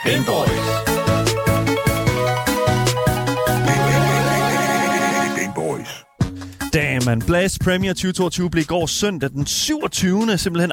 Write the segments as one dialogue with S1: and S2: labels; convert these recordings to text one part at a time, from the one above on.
S1: Game Boys.
S2: Damn, man. Blast Premier 2022 blev i går søndag den 27. simpelthen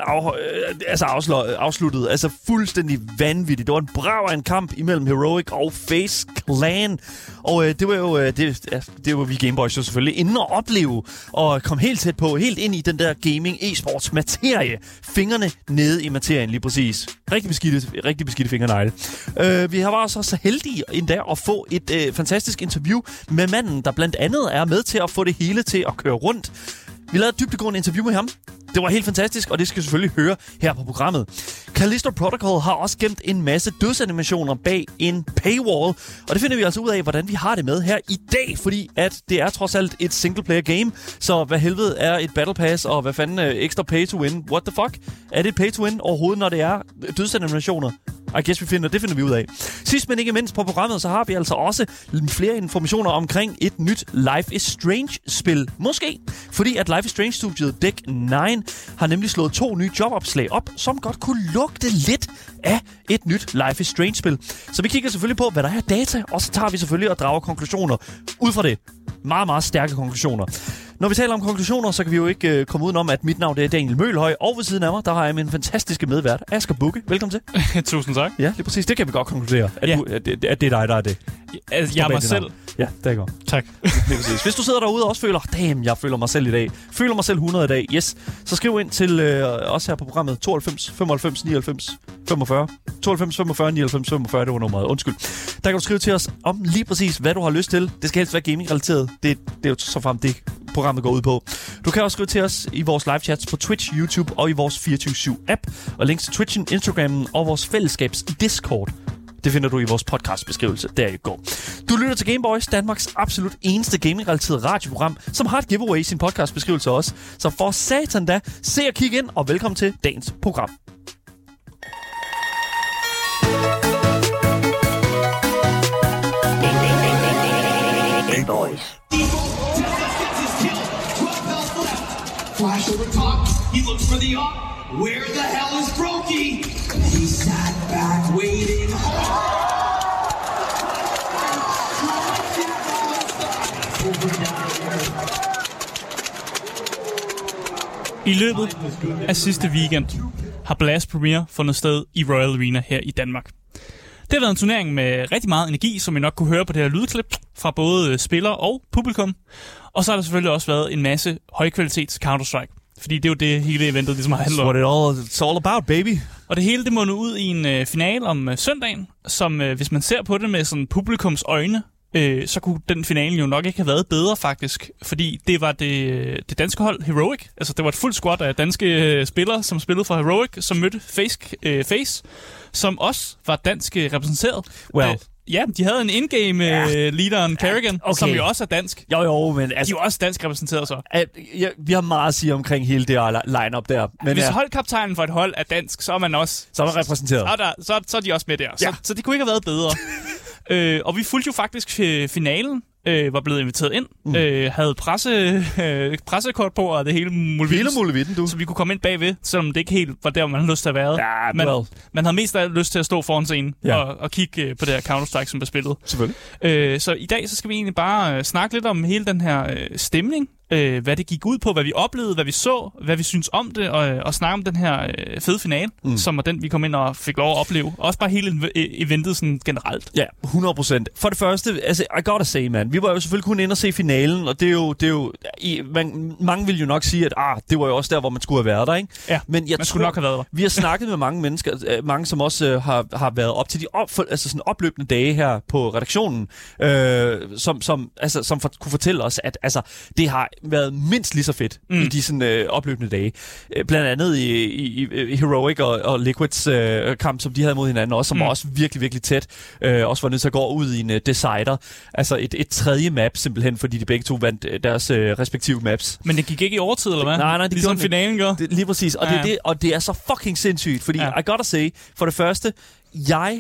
S2: afsluttet. Altså fuldstændig vanvittigt. Det var en brav af en kamp imellem Heroic og FaZe Clan. Og det var jo det var vi Gameboys jo selvfølgelig inde og opleve og komme helt tæt på, helt ind i den der gaming e-sports materie. Fingrene nede i materien lige præcis. Rigtig beskidte fingernegle. Vi har været så heldige endda at få et fantastisk interview med manden, der blandt andet er med til at få det hele til at køre rundt. Vi lavede et dybdegående interview med ham. Det var helt fantastisk, og det skal vi selvfølgelig høre her på programmet. Callisto Protocol har også gemt en masse dødsanimationer bag en paywall, og det finder vi altså ud af, hvordan vi har det med her i dag, fordi at det er trods alt et single-player game, så hvad helvede er et Battle Pass, og hvad fanden ekstra pay to win? What the fuck? Er det pay to win overhovedet, når det er dødsanimationer? I guess det finder vi ud af. Sidst men ikke mindst på programmet, så har vi altså også flere informationer omkring et nyt Life is Strange-spil. Måske, fordi at Life is Strange-studiet Deck 9 har nemlig slået 2 nye jobopslag op, som godt kunne lugte lidt af et nyt Life is Strange-spil. Så vi kigger selvfølgelig på, hvad der er data, og så tager vi selvfølgelig og drager konklusioner ud fra det. Meget, meget stærke konklusioner. Når vi taler om konklusioner, så kan vi jo ikke komme udenom, at mit navn det er Daniel Mølhøj, og ved siden af mig, der har jeg min fantastiske medvært, Asger Bukke. Velkommen til.
S3: Tusind tak.
S2: Ja, lige præcis. Det kan vi godt konkludere, at, at det er dig, der er det.
S3: Jeg er mig selv.
S2: Ja, det er godt.
S3: Tak.
S2: Lige præcis. Hvis du sidder derude og også føler, jeg føler mig selv i dag, føler mig selv 100 i dag, yes, så skriv ind til os her på programmet 92 95 99 45. 92 45 99 45, det var nummeret. Undskyld. Der kan du skrive til os om lige præcis, hvad du har lyst til. Det skal helst være gaming-relateret. Det er jo så frem det programmet går ud på. Du kan også skrive til os i vores live chats på Twitch, YouTube og i vores 24/7-app. Og links til Twitchen, Instagrammen og vores fællesskabs Discord, det finder du i vores podcastbeskrivelse. Der i går. Du lytter til Gameboys, Danmarks absolut eneste gaming-relateret radioprogram, som har et giveaway i sin podcastbeskrivelse også. Så for satan da, se og kig ind, og velkommen til dagens program.
S1: Gameboys.
S4: Flash over top. He looks for the up. Where the hell is Brokey? He sat back waiting.
S3: I løbet af sidste weekend har Blast Premier fundet sted i Royal Arena her i Danmark. Det har været en turnering med rigtig meget energi, som I nok kunne høre på det her lydklip fra både spillere og publikum. Og så har der selvfølgelig også været en masse højkvalitets Counter-Strike. Fordi det er jo det hele eventet ligesom har handlet om.
S2: It's all about, baby.
S3: Og det hele det må nu ud i en finale om søndagen, som hvis man ser på det med sådan publikums øjne, så kunne den finalen jo nok ikke have været bedre faktisk, fordi det var det danske hold Heroic, altså det var et fuldt squad af danske spillere, som spillede for Heroic, som mødte FaZe, som også var dansk repræsenteret.
S2: Well.
S3: Ja, de havde en in-game leaderen, Kerrigan,
S2: okay,
S3: som jo også er dansk.
S2: Jo, men altså...
S3: De er jo også dansk repræsenteret så.
S2: Vi har meget at sige omkring hele det line-up der. Men
S3: hvis holdkaptajnen for et hold er dansk, så er man også...
S2: Så er man repræsenteret.
S3: Så er de også med der.
S2: Ja.
S3: Så det kunne ikke have været bedre. Og vi fulgte jo faktisk finalen, var blevet inviteret ind, havde pressekort på og det hele muligheden, du. Så vi kunne komme ind bagved, selvom det ikke helt var der, man havde lyst til at være.
S2: Ja,
S3: man havde mest lyst til at stå foran scenen og kigge på det her Counter-Strike, som blev spillet.
S2: Selvfølgelig.
S3: Så i dag så skal vi egentlig bare snakke lidt om hele den her stemning, hvad det gik ud på, hvad vi oplevede, hvad vi så, hvad vi synes om det, og snakke om den her fede finale, som var den, vi kom ind og fik lov at opleve. Også bare hele eventet sådan generelt.
S2: Ja, 100%. For det første, altså, I gotta say, man, vi var jo selvfølgelig kun inde og se finalen, og det er jo mange vil jo nok sige, at det var jo også der, hvor man skulle have været der, ikke?
S3: Ja,
S2: men jeg
S3: man skulle nok have været der.
S2: Vi har snakket med mange mennesker, mange som også har været op til de sådan opløbende dage her på redaktionen, som kunne fortælle os, at altså, det har været mindst lige så fedt i de sådan opløbende dage. Blandt andet i Heroic og Liquids kamp, som de havde mod hinanden også, som var også virkelig, virkelig tæt. Også var nødt til at gå ud i en decider. Altså et tredje map, simpelthen, fordi de begge to vandt deres respektive maps.
S3: Men det gik ikke i overtid, eller hvad?
S2: Nej, det
S3: ligesom finalen gør.
S2: Lige præcis. Og, det er så fucking sindssygt, fordi I gotta say, for det første, jeg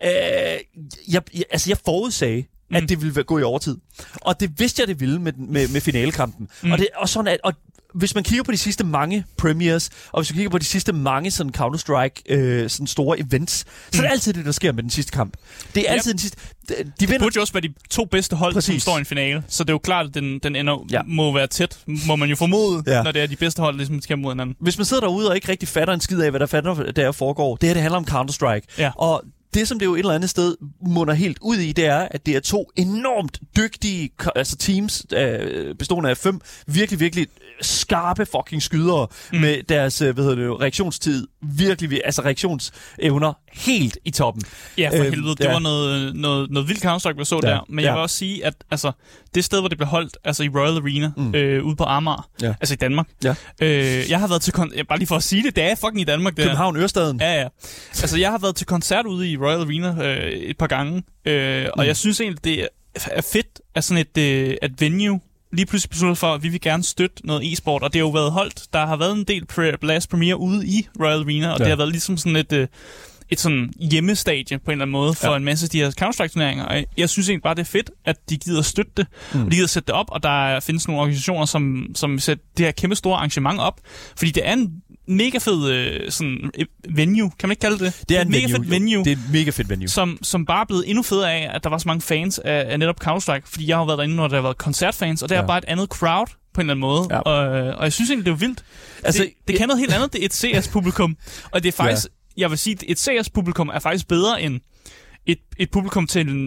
S2: forudsagde, at det ville gå i overtid. Og det vidste jeg, det ville med finalekampen. Og det og sådan at hvis man kigger på de sidste mange premieres, og hvis man kigger på de sidste mange sådan Counter-Strike sådan store events, så er det altid det, der sker med den sidste kamp. Det er altid den sidste...
S3: Det burde jo også være de 2 bedste hold, som står i en finale. Så det er jo klart, at den ender må være tæt, må man jo formode, når det er de bedste hold, ligesom skal mod hinanden.
S2: Hvis man sidder derude og ikke rigtig fatter en skid af, hvad der foregår, det her det handler om Counter-Strike. Ja. Og det, som det jo et eller andet sted munder helt ud i, det er, at det er 2 enormt dygtige teams, bestående af 5 virkelig, virkelig skarpe fucking skydere med deres reaktionstid, virkelig, altså reaktionsevner helt i toppen.
S3: Ja, for helvede. Det var noget vildt Counter-Strike, vi så der. Men jeg vil også sige, at altså, det sted, hvor det blev holdt, altså i Royal Arena, ude på Amager, altså i Danmark. Ja. Jeg har været til bare lige for at sige det, det er fucking i Danmark. Det
S2: København, Ørestaden.
S3: Ja. Altså, jeg har været til koncert ude i Royal Arena et par gange, og jeg synes egentlig, det er fedt, at sådan et venue lige pludselig besluttede for, at vi vil gerne støtte noget e-sport, og det har jo været holdt. Der har været en del Blast Premier ude i Royal Arena, og det har været ligesom sådan et sådan hjemmestadie på en eller anden måde for en masse af de her Counter-Strike-turneringer. Og jeg synes egentlig bare, det er fedt, at de gider støtte det, og de gider sætte det op, og der findes nogle organisationer, som sætter det her kæmpe store arrangement op, fordi det er en mega fed sådan venue, kan man ikke kalde det?
S2: Det er en
S3: mega fedt venue.
S2: Det er et mega fedt venue.
S3: Som bare er blevet endnu federe af, at der var så mange fans af netop Counter-Strike, fordi jeg har været derinde, når der har været koncertfans, og det er bare et andet crowd på en eller anden måde. Ja. Og jeg synes egentlig, det er vildt. Altså, det kan noget helt andet, det er et CS-publikum, og det er faktisk, jeg vil sige, et CS-publikum er faktisk bedre end et publikum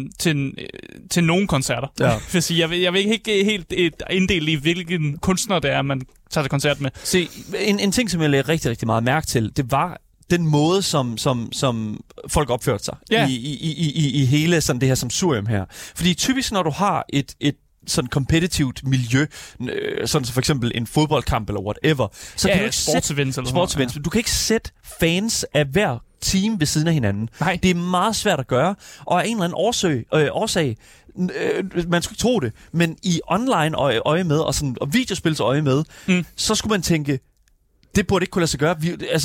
S3: til nogle koncerter. Ja. Jeg vil ikke helt inddele i, hvilken kunstner det er, man tager til koncert med.
S2: Se, en ting, som jeg lagde rigtig, rigtig meget mærke til, det var den måde, som folk opførte sig i hele sådan det her samsurium her. Fordi typisk, når du har et sådan competitivt miljø, sådan som for eksempel en fodboldkamp eller whatever, så kan du ikke sportsevents. Du kan ikke sætte fans af hver team ved siden af hinanden. Nej. Det er meget svært at gøre, og af en eller anden årsag, man skulle tro det, men i online øje med, og videospils øje med, så skulle man tænke, det burde ikke kunne lade sig gøre.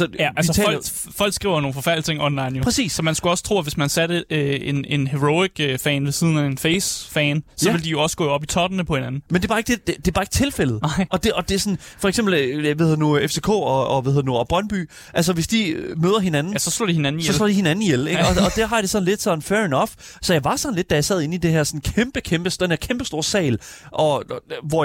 S3: Folk skriver nogle forfærdelige ting online jo.
S2: Præcis.
S3: Så man skulle også tro, at hvis man satte en Heroic-fan ved siden af en Face-fan, så ville de jo også gå op i tottene på hinanden.
S2: Men det er bare ikke, det er bare ikke tilfældet. Og det er sådan, for eksempel FCK og Brøndby, altså hvis de møder hinanden,
S3: ja, så slår de hinanden ihjel.
S2: Ikke? og der har det sådan lidt sådan fair enough. Så jeg var sådan lidt, da jeg sad inde i det her sådan kæmpe store sal, og hvor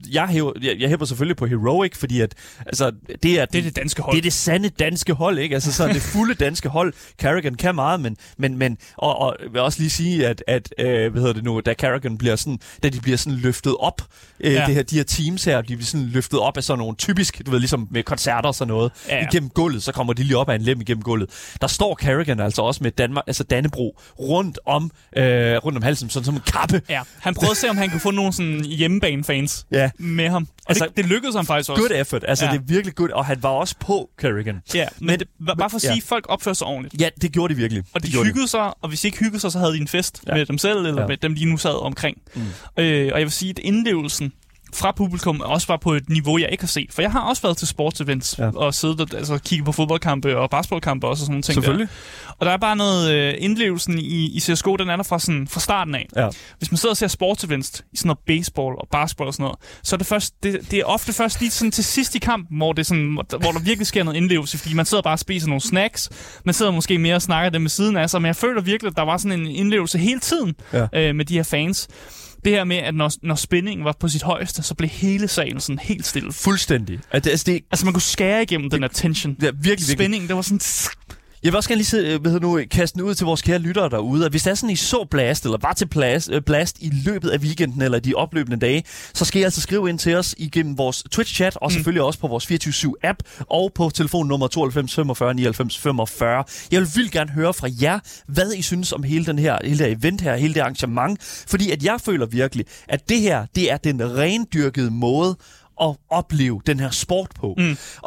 S2: jeg hæpper selvfølgelig på Heroic, fordi at altså det er det danske hold. Det er det sande danske hold, ikke? Altså sådan det fulde danske hold. Karrigan kan meget, men og vil også lige sige, at da Karrigan bliver sådan, da de bliver sådan løftet op, de her teams her, de bliver sådan løftet op af sådan nogle typisk, du ved, ligesom med koncerter og sådan noget, igennem gulvet, så kommer de lige op af en lem igennem gulvet. Der står Karrigan altså også med Danmark, altså Dannebro, rundt om halsen, sådan som en kappe. Ja,
S3: han prøvede at se, om han kunne få nogle sådan hjemmebanefans med ham. Og altså, det lykkedes ham faktisk også.
S2: Good effort, altså det er virkelig good, og han var også på Karrigan.
S3: Ja, men bare for at sige, folk opfører sig ordentligt.
S2: Ja, det gjorde de virkelig.
S3: Og de hyggede sig, og hvis de ikke hyggede sig, så havde de en fest med dem selv, eller med dem, de nu sad omkring. Og jeg vil sige, at indlevelsen fra publikum også var på et niveau, jeg ikke har set. For jeg har også været til sportsevents og siddet og kigget på fodboldkampe og basketballkampe også og sådan nogle ting.
S2: Selvfølgelig.
S3: Der. Og der er bare noget indlevelsen i CSGO, den er der fra starten af. Ja. Hvis man sidder og ser sportsevents i sådan noget baseball og basketball og sådan noget, så er det er ofte først lige sådan til sidst i kampen, hvor der virkelig sker noget indlevelse, fordi man sidder bare og spiser nogle snacks, man sidder måske mere og snakker dem med siden af sig, men jeg føler virkelig, at der var sådan en indlevelse hele tiden med de her fans. Det her med, at når spændingen var på sit højeste, så blev hele salen sådan helt stille.
S2: Fuldstændig.
S3: Altså man kunne skære igennem den attention.
S2: Ja, virkelig.
S3: Spændingen, der var sådan...
S2: Jeg vil også gerne lige kaste den ud til vores kære lyttere derude, at hvis der er sådan, I så Blast, eller var til Blast i løbet af weekenden, eller de opløbende dage, så skal I altså skrive ind til os igennem vores Twitch-chat, og selvfølgelig også på vores 24/7-app, og på telefonnummer 92 45 99 45. Jeg vil vildt gerne høre fra jer, hvad I synes om hele det her event her, hele det arrangement, fordi at jeg føler virkelig, at det her, det er den rendyrkede måde at opleve den her sport på.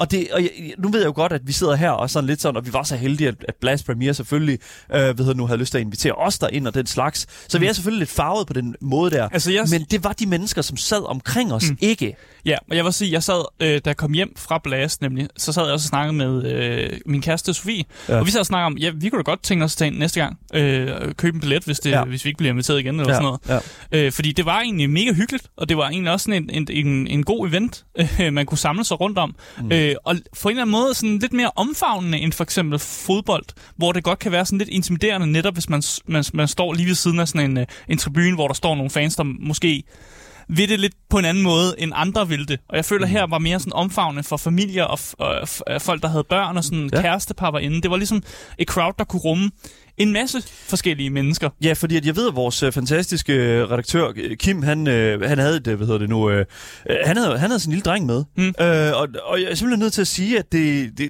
S2: Nu ved jeg jo godt, at vi sidder her og sådan lidt sådan, og vi var så heldige, at Blast Premier selvfølgelig havde lyst til at invitere os derind og den slags. Så vi er selvfølgelig lidt farvet på den måde der. Altså, men det var de mennesker, som sad omkring os, ikke.
S3: Ja, og jeg vil sige, jeg sad, da jeg kom hjem fra Blast nemlig, så sad jeg også og snakkede med min kæreste Sofie, og vi sad og snakkede om, vi kunne da godt tænke os til næste gang, købe en billet, hvis vi ikke bliver inviteret igen, eller sådan noget. Fordi det var egentlig mega hyggeligt, og det var egentlig også en god event, event, man kunne samle sig rundt om. Og på en eller anden måde sådan lidt mere omfavnende end for eksempel fodbold, hvor det godt kan være sådan lidt intimiderende, netop hvis man står lige ved siden af sådan en tribune, hvor der står nogle fans, der måske vil det lidt på en anden måde, end andre vil det. Og jeg føler, her var mere sådan omfavnende for familier og folk, der havde børn og sådan kærestepar var inde. Det var ligesom et crowd, der kunne rumme en masse forskellige mennesker.
S2: Ja, fordi at jeg ved, at vores fantastiske redaktør, Kim, han havde et, han havde sin lille dreng med. Og jeg er simpelthen nødt til at sige, at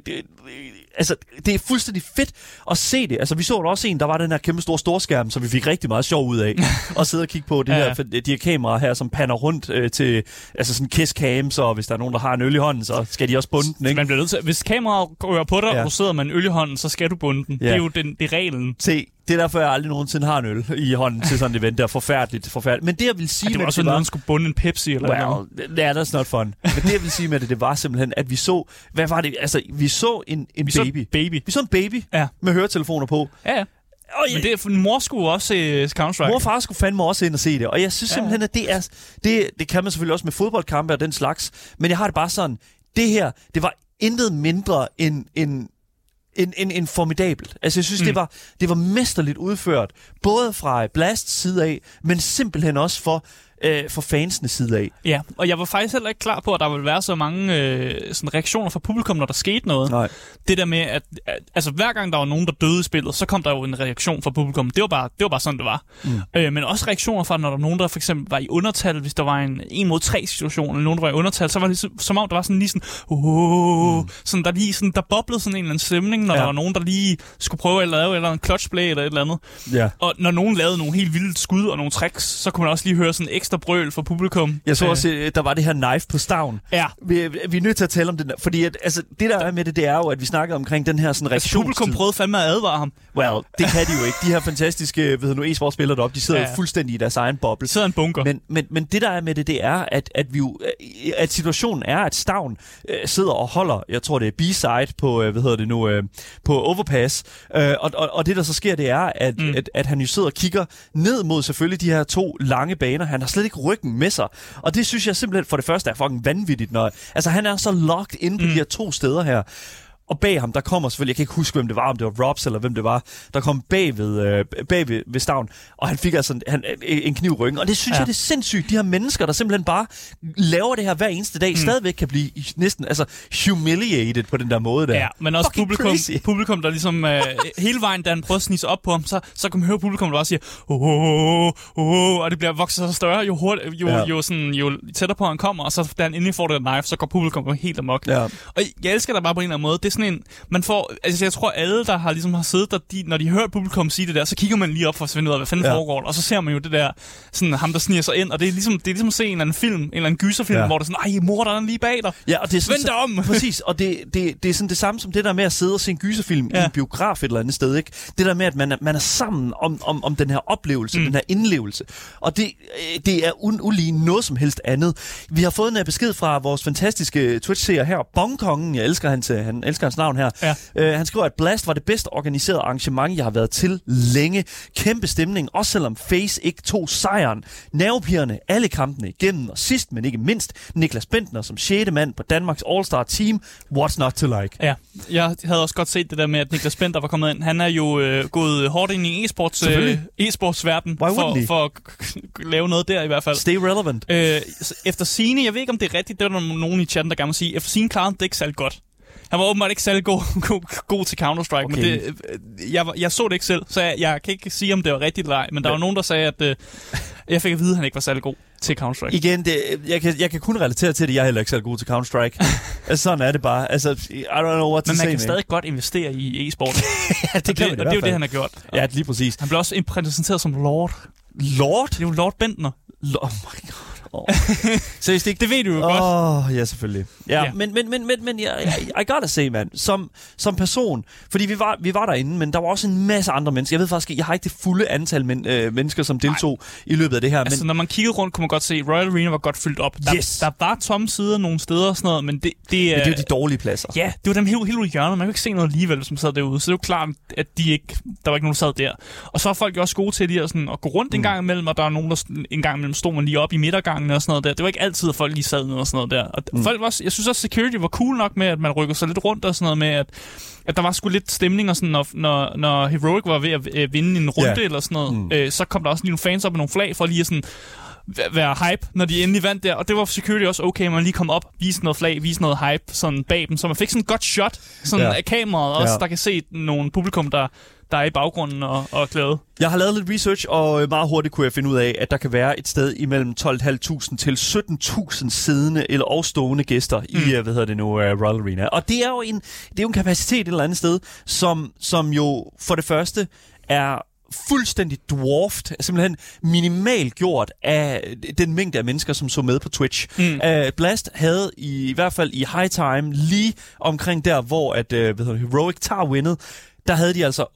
S2: det er fuldstændig fedt at se det. Altså, vi så der også der var den her kæmpe store storskærm, som vi fik rigtig meget sjov ud af. Og sidde og kigge på de her kameraer her, som pander rundt til altså sådan kiss cams, og hvis der er nogen, der har en øl i hånden, så skal de også bunde den, ikke?
S3: Man bliver nødt til, hvis kameraet rører på dig, og du sidder med en øl i hånden, så skal du bunde den. Det er jo det er reglen.
S2: Se, det er derfor, jeg aldrig nogensinde har en øl i hånden til sådan et event. Det er forfærdeligt. Men det, jeg vil sige
S3: det var også noget, man skulle bunde en Pepsi eller noget.
S2: Yeah, that's not fun. Men det, jeg vil sige med det var simpelthen, at vi så... Hvad var det? Altså, vi så en baby. Vi så en baby med høretelefoner på.
S3: Ja. Men det mor skulle også se Counter-Strike.
S2: Mor og far skulle fandme også ind og se det. Og jeg synes simpelthen, at det kan man selvfølgelig også med fodboldkampe og den slags. Men jeg har det bare sådan, det her, det var intet mindre end formidabelt. Altså, jeg synes, det var mesterligt udført, både fra Blasts side af, men simpelthen også for fansenes side af.
S3: Ja, og jeg var faktisk heller ikke klar på, at der ville være så mange sådan reaktioner fra publikum, når der skete noget.
S2: Nej.
S3: Det der med, at altså, hver gang der var nogen, der døde i spillet, så kom der jo en reaktion fra publikum. Det var bare sådan, det var. Men også reaktioner fra, når der var nogen, der for eksempel var i undertal, hvis der var en 1-mod-3 situation, eller nogen, der var i undertal, så var det som om, der var sådan lige sådan, der boblede sådan en eller anden stemning, når der var nogen, der lige skulle prøve at lave eller en clutch play eller et eller andet.
S2: Ja.
S3: Og når nogen lavede nogle helt vilde skud og nogle tricks, så kunne man også lige høre sådan ekstra brøl for publikum.
S2: Jeg så også, der var det her knife på stavn.
S3: Ja.
S2: Vi er nødt til at tale om det, fordi at, altså, det der er med det er jo, at vi snakkede omkring den her sådan reaktionstid.
S3: Publikum prøvede fandme at advare ham.
S2: Well, det kan de jo ikke. De her fantastiske e-sportspillere deroppe, de sidder jo fuldstændig i deres egen boble.
S3: Sidder en bunker.
S2: Men det der er med det er, at situationen er, at Stavn sidder og holder, jeg tror det er B-side på, på Overpass. Og det der så sker, det er, at han jo sidder og kigger ned mod selvfølgelig de her 2 lange baner. Han har slet ikke ryggen med sig. Og det synes jeg simpelthen for det første er fucking vanvittigt. Altså han er så locked inde på de her 2 steder her. Og bag ham, der kommer selvfølgelig, jeg kan ikke huske, hvem det var, om det var Robs eller hvem det var, der kom bag ved Stavn, og han fik altså en kniv i ryggen. Og det synes jeg, det er sindssygt. De her mennesker, der simpelthen bare laver det her hver eneste dag, stadigvæk kan blive næsten humiliated på den der måde der.
S3: Ja, men også publikum, der ligesom hele vejen, da han prøver at snige sig op på ham, så kan man høre publikum, der også siger, og det bliver vokset så større, jo tættere på han kommer, og så da han endelig får det knife, så går publikum helt amok. Ja. Og jeg elsker der bare på en eller anden måde. Det er sådan en, man får, altså jeg tror alle, der har siddet der, når de hører publikum sige det der, så kigger man lige op for at finde ud af, hvad fanden foregår, og så ser man jo det der, sådan ham, der sniger sig ind, og det er ligesom at se en eller anden film, en eller anden gyserfilm, hvor der er sådan, ej, mor, der er lige bag dig. Ja, og det er sådan, vend dig om!
S2: Præcis, og det er sådan det samme som det der med at sidde og se en gyserfilm i en biograf et eller andet sted, ikke? Det der med, at man er sammen om den her oplevelse, den her indlevelse, og det er ulige noget som helst andet. Vi har fået en besked fra vores fantastiske Twitch-seer her, Bongkongen, jeg elsker hans navn her. Ja. Han skriver, at Blast var det bedst organiserede arrangement, jeg har været til længe. Kæmpe stemning, også selvom FaZe ikke tog sejren. Nervepirrende alle kampene igennem, og sidst, men ikke mindst, Niklas Bentner som 6. mand på Danmarks All-Star Team. What's not to like?
S3: Ja, jeg havde også godt set det der med, at Niklas Bentner var kommet ind. Han er jo gået hårdt ind i e-sportsverden for at lave noget der i hvert fald.
S2: Stay relevant.
S3: Efter sigende, jeg ved ikke, om det er rigtigt, det er der nogen i chatten, der gerne vil sige, efter sigende klarede det ikke særlig godt. Han var åbenbart ikke særlig god til Counter-Strike, okay. Men jeg så det ikke selv, så jeg kan ikke sige, om det var rigtigt eller ej, men der var nogen, der sagde, at jeg fik at vide, at han ikke var særlig god til Counter-Strike.
S2: Igen, jeg kan kun relatere til det, jeg er heller ikke særlig god til Counter-Strike. Altså, sådan er det bare. Altså, I don't know what to say.
S3: Men man kan stadig godt investere i e-sport.
S2: Ja, det kan man,
S3: og det er jo det, han har gjort.
S2: Ja, lige præcis.
S3: Han blev også præsenteret som Lord.
S2: Lord?
S3: Det er jo Lord Bentner.
S2: Oh my god.
S3: Seriøst ikke? Det ved du jo godt.
S2: Ja, selvfølgelig. Ja, yeah. Men I gotta say, man, som person, fordi vi var derinde, men der var også en masse andre mennesker. Jeg ved faktisk, jeg har ikke det fulde antal mennesker, som deltog i løbet af det her.
S3: Altså, når man kiggede rundt, kunne man godt se, at Royal Arena var godt fyldt op. Der var tomme sider nogle steder og sådan noget, men det er
S2: jo de dårlige pladser.
S3: Ja, det var dem helt ude i hjørnet. Man kunne ikke se noget alligevel, hvis man sad derude. Så det er jo klart, at der var ikke nogen, der sad der. Og så er folk jo også gode til at gå rundt en gang imellem, og der er nogen, der en gang imellem stod man lige op i midtergang indgangene og sådan noget der. Det var ikke altid, at folk lige sad ned og sådan noget der. Og folk var, jeg synes også, security var cool nok med, at man rykker sig lidt rundt og sådan noget med, at der var sgu lidt stemning, og sådan, når Heroic var ved at vinde en runde eller sådan noget, så kom der også lige nogle fans op med nogle flag for lige at sådan være hype, når de endelig vandt der. Og det var security også okay, man lige kom op, vise noget flag, vise noget hype sådan bag dem, så man fik sådan et godt shot sådan af kameraet også, der kan se nogle publikum, der er i baggrunden og glade. Jeg har lavet lidt research, og meget hurtigt kunne jeg finde ud af, at der kan være et sted imellem 12.500 til 17.000 siddende eller stående gæster i, Royal Arena. Og det er jo en kapacitet et eller andet sted, som jo for det første er fuldstændig dwarfed, simpelthen minimalt gjort af den mængde af mennesker, som så med på Twitch. Blast havde i hvert fald i high time, lige omkring der, hvor Heroic tager winnet, der havde de altså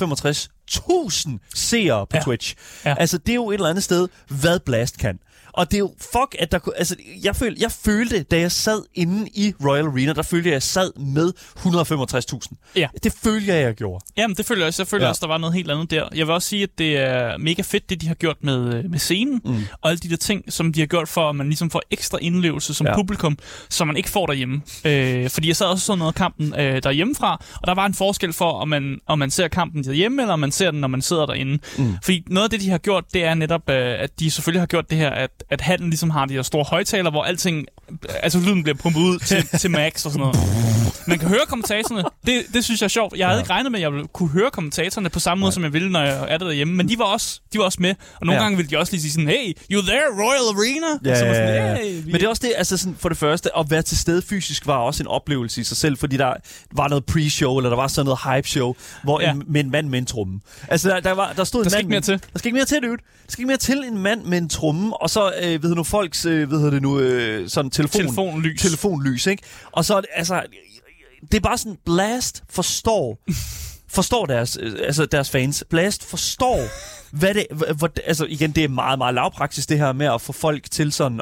S3: 165.000 seere på Twitch. Ja. Altså, det er jo et eller andet sted, hvad Blast kan. Og det er jo at der altså jeg følte, da jeg sad inde i Royal Arena, der følte jeg, at jeg sad med 165.000. Ja. Det følte jeg gjorde. Jamen, det følte jeg også. Jeg følte også, der var noget helt andet der. Jeg vil også sige, at det er mega fedt, det de har gjort med scenen, og alle de der ting, som de har gjort for, at man ligesom får ekstra indlevelse som publikum, som man ikke får derhjemme. Fordi jeg sad også sådan noget af kampen derhjemmefra, og der var en forskel for, om man ser kampen derhjemme, eller om man ser den, når man sidder derinde. Fordi noget af det, de har gjort, det er netop, at de selvfølgelig har gjort det her, at hallen ligesom har de her store højtaler, hvor alting, altså lyden bliver pumpet ud til max og sådan noget. Man kan høre kommentatorerne. Det synes jeg er sjovt. Jeg havde ikke regnet med, at jeg ville kunne høre kommentatorerne på samme måde, som jeg ville, når jeg er der derhjemme. Men de var også med. Og nogle gange ville de også lige sige sådan, hey, you there, Royal Arena? Ja, sådan, hey, men det er også det, altså sådan, for det første, at være til stede fysisk var også en oplevelse i sig selv, fordi der var noget pre-show, eller der var sådan noget hype-show, hvor med en mand med en tromme. Altså, der stod en mand ikke mere til.
S2: Der skal ikke mere til, dude. Der skal ikke mere til en mand med en tromme, og så, folks, sådan telefonlys, ikke? Og så, altså, det er bare sådan, Blast forstår deres fans. Blast forstår, hvad det... altså, igen, det er meget, meget lavpraksis, det her med at få folk til sådan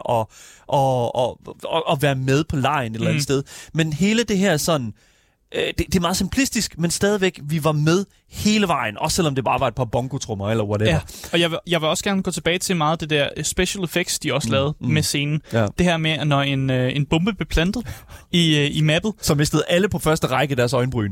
S2: at være med på lejen et eller andet sted. Men hele det her sådan... Det er meget simplistisk, men stadigvæk, vi var med hele vejen, også selvom det bare var et par bongotrummer eller whatever. Ja, og jeg vil også gerne gå tilbage til meget det der special effects, de også lavede med scenen. Ja. Det her med, at når en bombe blev plantet i mappet... Så mistede alle på første række deres øjenbryn.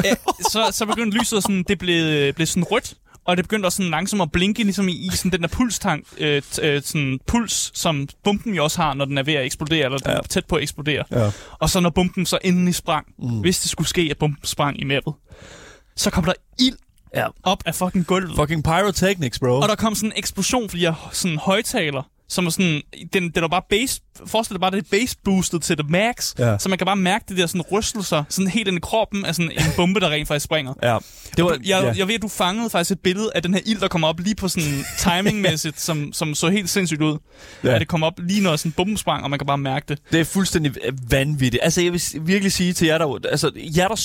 S2: så begyndte lyset sådan, det blev sådan rødt, og det begyndte også sådan langsomt at blinke, ligesom i sådan den der pulstank, sådan puls, som bomben jo også har, når den er ved at eksplodere, eller den er tæt på at eksplodere. Ja. Og så når bomben så endelig sprang, hvis det skulle ske, at bomben sprang i mappet, så kom der ild op af fucking gulvet. Fucking pyrotechnics, bro. Og der kom sådan en eksplosion, fordi jeg sådan højtaler, som er sådan, den er bare bass, forestil dig bare, det er bass boostet til the max, så man kan bare mærke det der sådan rystelser, sådan helt ind i kroppen af sådan en bombe, der rent faktisk springer. Ja. Det var, jeg ved, at du fangede faktisk et billede af den her ild, der kommer op lige på sådan timingmæssigt, som så helt sindssygt ud. Ja. At det kom op lige når sådan en bombe sprang, og man kan bare mærke det. Det er fuldstændig vanvittigt. Altså, jeg vil virkelig sige til jer der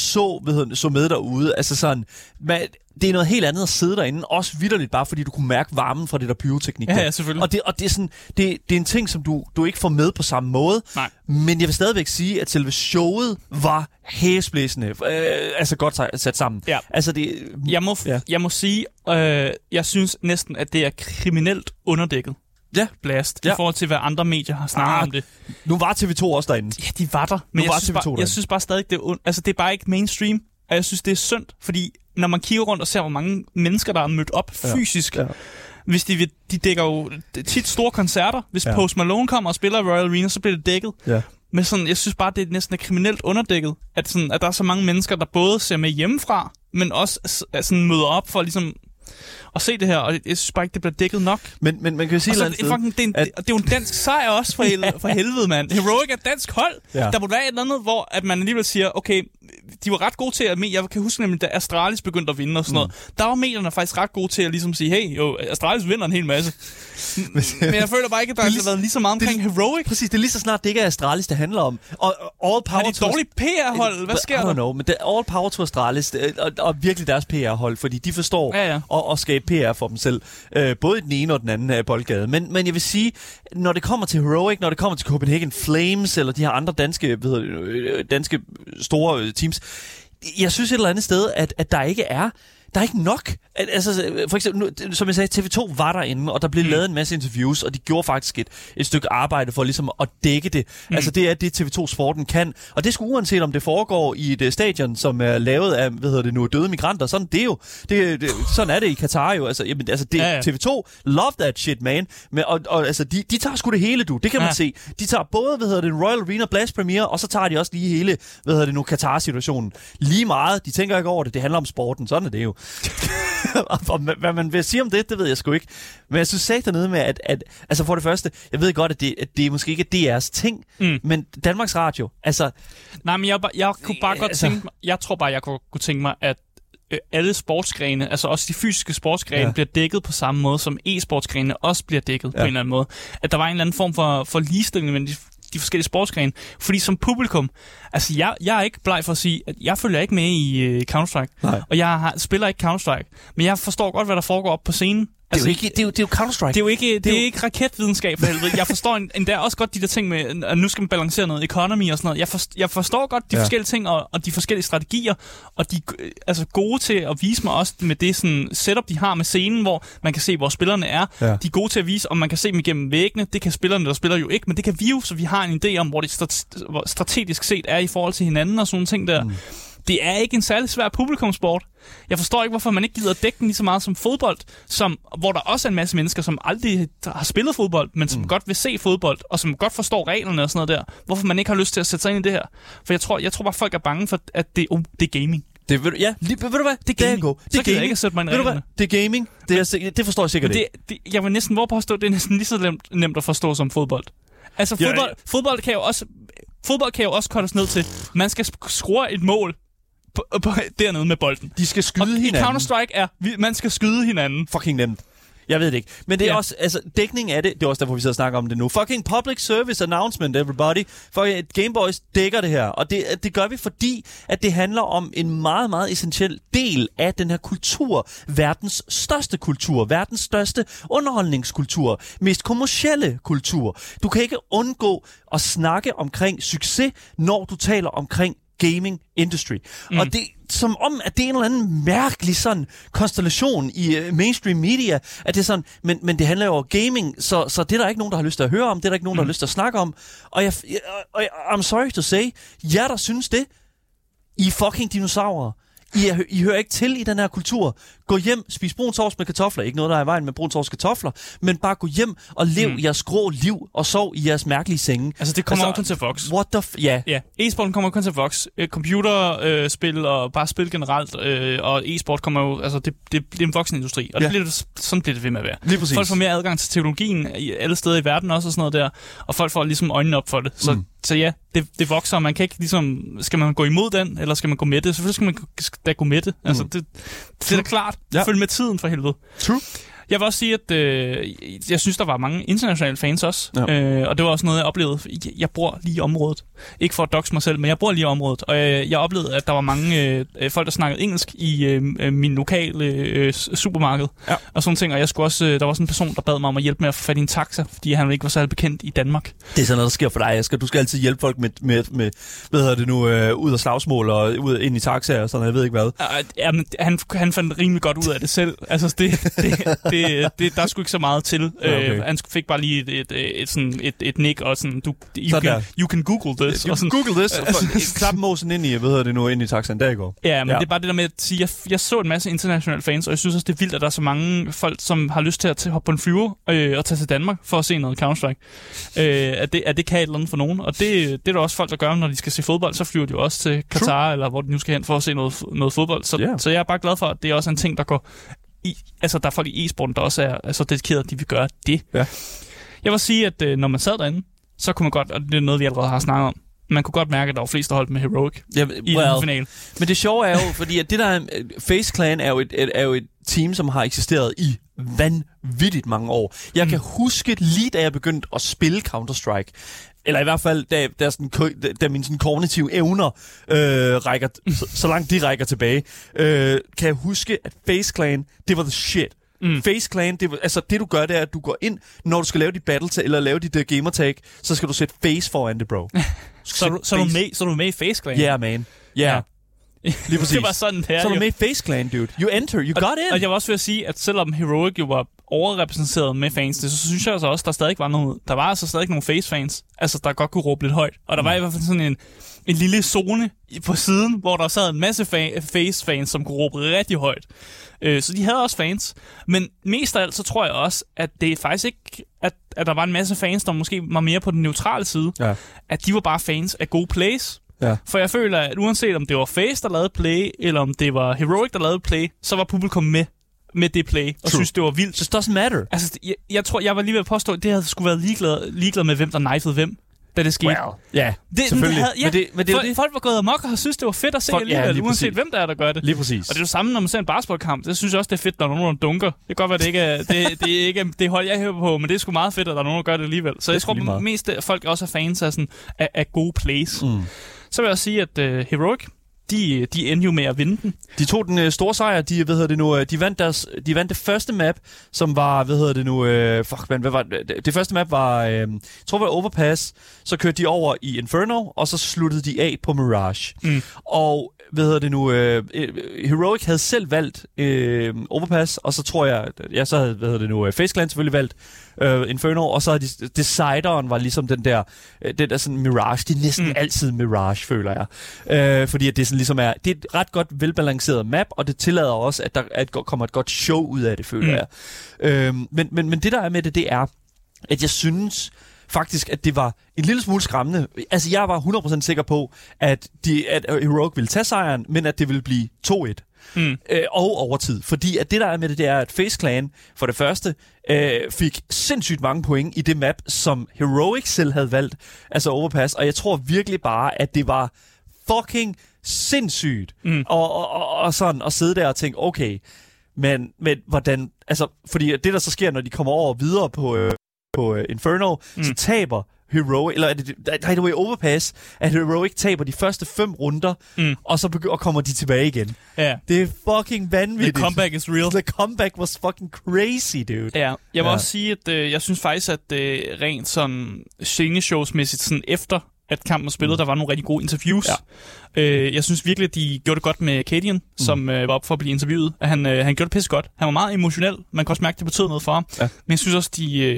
S2: så med derude, altså sådan, det er noget helt andet at sidde derinde, også vitterligt bare, fordi du kunne mærke varmen fra det der pyroteknik. Ja, selvfølgelig. Og det er sådan, det er en ting, som du ikke får med på samme måde. Nej. Men jeg vil stadigvæk sige, at selve showet var hæsblæsende, altså godt sat sammen. Ja. Altså det... Jeg må sige, jeg synes næsten, at det er kriminelt underdækket. Ja. Blast, i forhold til, hvad andre medier har snakket om det. Nu var TV2 også derinde. Ja, de var der. Men jeg synes bare stadig, det er bare ikke mainstream. Og jeg synes, det er synd, fordi når man kigger rundt og ser, hvor mange mennesker, der er mødt op fysisk, hvis de dækker jo tit store koncerter. Hvis Post Malone kommer og spiller i Royal Arena, så bliver det dækket. Ja. Men sådan, jeg synes bare, det er næsten kriminelt underdækket, at der er så mange mennesker, der både ser med hjemmefra, men også sådan møder op for ligesom at se det her, og jeg synes bare ikke, det bliver dækket nok. Men man kan jo sige det er jo en dansk sejr også for helvede, mand. Heroic er et dansk hold. Ja. Der burde være et eller andet, hvor at man alligevel siger, okay, de var ret gode til at... Jeg kan huske nemlig, da Astralis begyndte at vinde og sådan noget. Der var medierne faktisk ret gode til at ligesom sige, hey, jo, Astralis vinder en hel masse. Men jeg føler bare ikke, at der har været lige så meget omkring Heroic. Præcis, det er lige så snart, det ikke er Astralis, det handler om. Og all power to... Er det dårligt PR-hold? Hvad sker der? I don't know, men det er all power to Astralis, og virkelig deres PR-hold, fordi de forstår at skabe PR for dem selv. Både i den ene og den anden boldgade. Men jeg vil sige, når det kommer til Heroic, når det kommer til Copenhagen Flames, eller de her andre danske store teams, jeg synes et eller andet sted, at der ikke er der er ikke nok. Altså, for eksempel, som jeg sagde, TV2 var derinde, og der blev lavet en masse interviews, og de gjorde faktisk et stykke arbejde for ligesom at dække det. Altså, det er det, TV2 Sporten kan. Og det skulle uanset om det foregår i et stadion, som er lavet af, døde migranter. Sådan det er jo. Sådan er det i Katar jo. Altså, TV2 love that shit, man. Men, og altså, de tager sgu det hele, du. Det kan man se. De tager både, Royal Arena Blast Premiere, og så tager de også lige hele, Katar-situationen. Lige meget. De tænker ikke over det. Det handler om sporten. Sådan er det jo. Og hvad man vil sige om det ved jeg sgu ikke. Men jeg synes sagt dernede med, at altså for det første, jeg ved godt, at det måske ikke er DR's ting, men Danmarks Radio, altså...
S3: Nej, men jeg kunne bare godt tænke mig... Jeg tror bare, jeg kunne tænke mig, at alle sportsgrene, altså også de fysiske sportsgrene, bliver dækket på samme måde, som e-sportsgrene også bliver dækket på en eller anden måde. At der var en eller anden form for ligestilling mellem de forskellige sportsgrene. Fordi som publikum, altså jeg er ikke bleg for at sige, at jeg følger ikke med i Counter-Strike. Nej. Og jeg spiller ikke Counter-Strike. Men jeg forstår godt, hvad der foregår op på scenen.
S2: Altså, det er jo Counter-Strike.
S3: Det er ikke raketvidenskab for helvede. Jeg forstår endda også godt de der ting med, at nu skal man balancere noget economy og sådan noget. Jeg forstår godt de forskellige ting og de forskellige strategier, og de er altså gode til at vise mig også med det sådan setup, de har med scenen, hvor man kan se, hvor spillerne er. Ja. De er gode til at vise, om man kan se dem igennem væggene. Det kan spillerne, der spiller jo ikke, men det kan vi jo, så vi har en idé om, hvor det strategisk set er i forhold til hinanden og sådan nogle ting der. Det er ikke en særlig svær publikumsport. Jeg forstår ikke, hvorfor man ikke gider at dække den lige så meget som fodbold, hvor der også er en masse mennesker, som aldrig har spillet fodbold, men som godt vil se fodbold, og som godt forstår reglerne og sådan noget der. Hvorfor man ikke har lyst til at sætte sig ind i det her. For jeg tror bare, folk er bange for, at det er gaming.
S2: Ved du hvad? Det er gaming.
S3: Så kan jeg ikke sætte mig ind i reglerne.
S2: Det er gaming. Det forstår jeg sikkert ikke.
S3: Jeg vil næsten påstå, det er næsten lige så nemt at forstå som fodbold. Altså fodbold kan jo også kortes ned til, man skal score et mål dernede med bolden.
S2: De skal skyde hinanden.
S3: I Counter-Strike er, man skal skyde hinanden.
S2: Fucking nemt. Jeg ved det ikke. Men det er også, altså, dækning af det, det er også derfor, vi sidder og snakker om det nu. Fucking public service announcement, everybody. Fucking Gameboys dækker det her. Og det gør vi, fordi at det handler om en meget, meget essentiel del af den her kultur. Verdens største kultur. Verdens største underholdningskultur. Mest kommercielle kultur. Du kan ikke undgå at snakke omkring succes, når du taler omkring gaming industry. Og det som om, at det er en eller anden mærkelig sådan konstellation i mainstream media, at det er sådan, men det handler jo om gaming, så det er der ikke nogen, der har lyst til at høre om, det er der ikke nogen, der har lyst til at snakke om. Og I'm sorry to say, der synes det, I er fucking dinosaurer. I hører ikke til i den her kultur. Gå hjem, spis brun sovs med kartofler. Ikke noget, der er i vejen med brun sovs kartofler, men bare gå hjem og lev jeres grå liv, og sov i jeres mærkelige senge.
S3: Altså, det kommer jo kun til Vox.
S2: What the
S3: Ja, e-sporten kommer kun til Vox. Computerspil og bare spil generelt, og e-sport kommer jo, altså, det er en voksenindustri, og sådan bliver det ved med at være.
S2: Lige præcis.
S3: Folk får mere adgang til teknologien alle steder i verden også og sådan noget der, og folk får ligesom øjnene op for det. Så ja, det vokser, og man kan ikke ligesom, skal man gå imod den, eller skal man gå med det? Selvfølgelig skal man da gå med det. Altså, det er da klart. Følg med tiden for helvede.
S2: True.
S3: Jeg vil også sige, at jeg synes, der var mange internationale fans også. Ja. Og det var også noget, jeg oplevede. Jeg bor lige i området. Ikke for at doxe mig selv, men jeg bor lige i området. Og jeg oplevede, at der var mange folk, der snakkede engelsk i min lokale supermarked. Ja. Og sådan ting. Og jeg skulle også, der var sådan en person, der bad mig om at hjælpe med at få fat i en taxa, fordi han ikke var særlig bekendt i Danmark. Det
S2: er sådan noget, der sker for dig, Asger. Du skal altid hjælpe folk med hvad hedder det nu, ud af slagsmål og ud ind i taxaer og sådan, jeg ved ikke hvad.
S3: Jamen, han fandt rimelig godt ud af det selv. Altså, der er sgu ikke så meget til. Okay. Han fik bare lige et nik og sådan, you can google this.
S2: You can google this. Klap måsen ind i taxaen der i går.
S3: Ja, men det er bare det der med at sige, jeg så en masse internationale fans, og jeg synes også, det er vildt, at der er så mange folk, som har lyst til at hoppe på en flyver og tage til Danmark for at se noget Counter-Strike. At det kan et eller andet for nogen. Og det er der også folk, der gør, når de skal se fodbold, så flyver de også til Katar, eller hvor de nu skal hen for at se noget fodbold. Så jeg er bare glad for, at det er også en ting, der går altså, der er folk i e-sporten, der også er altså, dedikeret, at de vil gøre det. Ja. Jeg vil sige, at når man sad derinde, så kunne man godt, og det er noget, vi allerede har snakket om, man kunne godt mærke, at der var flest, der holdt med Heroic i den finale.
S2: Men det sjove er jo, fordi at det der FaZe Clan er jo et team, som har eksisteret i vanvittigt mange år. Jeg kan huske lige da jeg begyndte at spille Counter-Strike, eller i hvert fald da mine sådan kognitive evner rækker, så langt de rækker tilbage, kan jeg huske, at FaZe Clan, det var the shit. FaZe Clan, altså det du gør, det er, at du går ind, når du skal lave dit battle eller lave dit gamertag, så skal du sætte FaZe foran det, bro.
S3: så er du med i FaZe Clan?
S2: Yeah, man. Yeah. Lige præcis.
S3: Det var sådan her.
S2: Så er du med i Face Clan, dude. You enter, you got in.
S3: Og jeg var også ved at sige, at selvom Heroic jo var overrepræsenteret med fansene, så synes jeg altså også, der stadig var noget. Der var altså stadig nogle face-fans, altså der godt kunne råbe lidt højt. Og der var i hvert fald sådan en lille zone på siden, hvor der sad en masse face-fans, som kunne råbe rigtig højt. Så de havde også fans. Men mest af alt, så tror jeg også, at det er faktisk ikke, at der var en masse fans, der måske var mere på den neutrale side. Ja. At de var bare fans af gode plays. Ja. For jeg føler, at uanset om det var Face, der lavede play, eller om det var Heroic, der lavede play, så var publikum med det play, og synes, det var vildt.
S2: It doesn't matter.
S3: Altså, jeg tror, jeg var lige ved at påstå, at det havde skulle være ligeglad med, hvem der knifede hvem, da det skete.
S2: Well, yeah, selvfølgelig.
S3: Folk var gået amok og har synes, det var fedt at se alligevel, uanset hvem der er, der gør det.
S2: Lige præcis.
S3: Og det er jo samme, når man ser en basketballkamp. Det synes jeg også, det er fedt, når nogen dunker. Det kan godt være, det ikke er det er ikke det hold, jeg hører på, men det er sgu meget fedt, at der er nogen, der gør det alligevel. Så jeg tror mest, at folk også er fans af gode plays. Så vil jeg også sige, at Heroic, de endte jo med at vinde den.
S2: De tog den store sejr. De vandt det første map, som var, hvad var det? Det første map var, jeg tror det var Overpass. Så kørte de over i Inferno, og så sluttede de af på Mirage. Og Heroic havde selv valgt Overpass, og så tror jeg, så havde Face Clan selvfølgelig valgt Inferno, og så havde Decideren var ligesom den der sådan Mirage. Det er næsten altid Mirage, føler jeg. Fordi at det sådan ligesom det er et ret godt velbalanceret map, og det tillader også, at der kommer et godt show ud af det, føler jeg. Men det der er med det er, at jeg synes faktisk, at det var en lille smule skræmmende. Altså, jeg var 100% sikker på, at Heroic ville tage sejren, men at det ville blive 2-1. Og overtid. Fordi at det der er med det er, at Face Clan for det første fik sindssygt mange point i det map, som Heroic selv havde valgt, altså Overpass. Og jeg tror virkelig bare, at det var fucking sindssygt og sådan at sidde der og tænke, okay, men hvordan, altså, fordi det der så sker, når de kommer over videre på Inferno, så taber Heroic, eller er det Overpass, at Heroic taber de første 5 runder, og så kommer de tilbage igen. Ja. Det er fucking vanvittigt.
S3: The comeback is real.
S2: The comeback was fucking crazy, dude.
S3: Ja, jeg vil også sige, at jeg synes faktisk, at rent sådan sceneshowsmæssigt, sådan efter at kampen var spillet, der var nogle rigtig gode interviews. Ja. Jeg synes virkelig, at de gjorde det godt med Cadian, som var op for at blive interviewet. Han gjorde det pisse godt. Han var meget emotionel. Man kan også mærke, at det betød noget for ham. Ja. Men jeg synes også,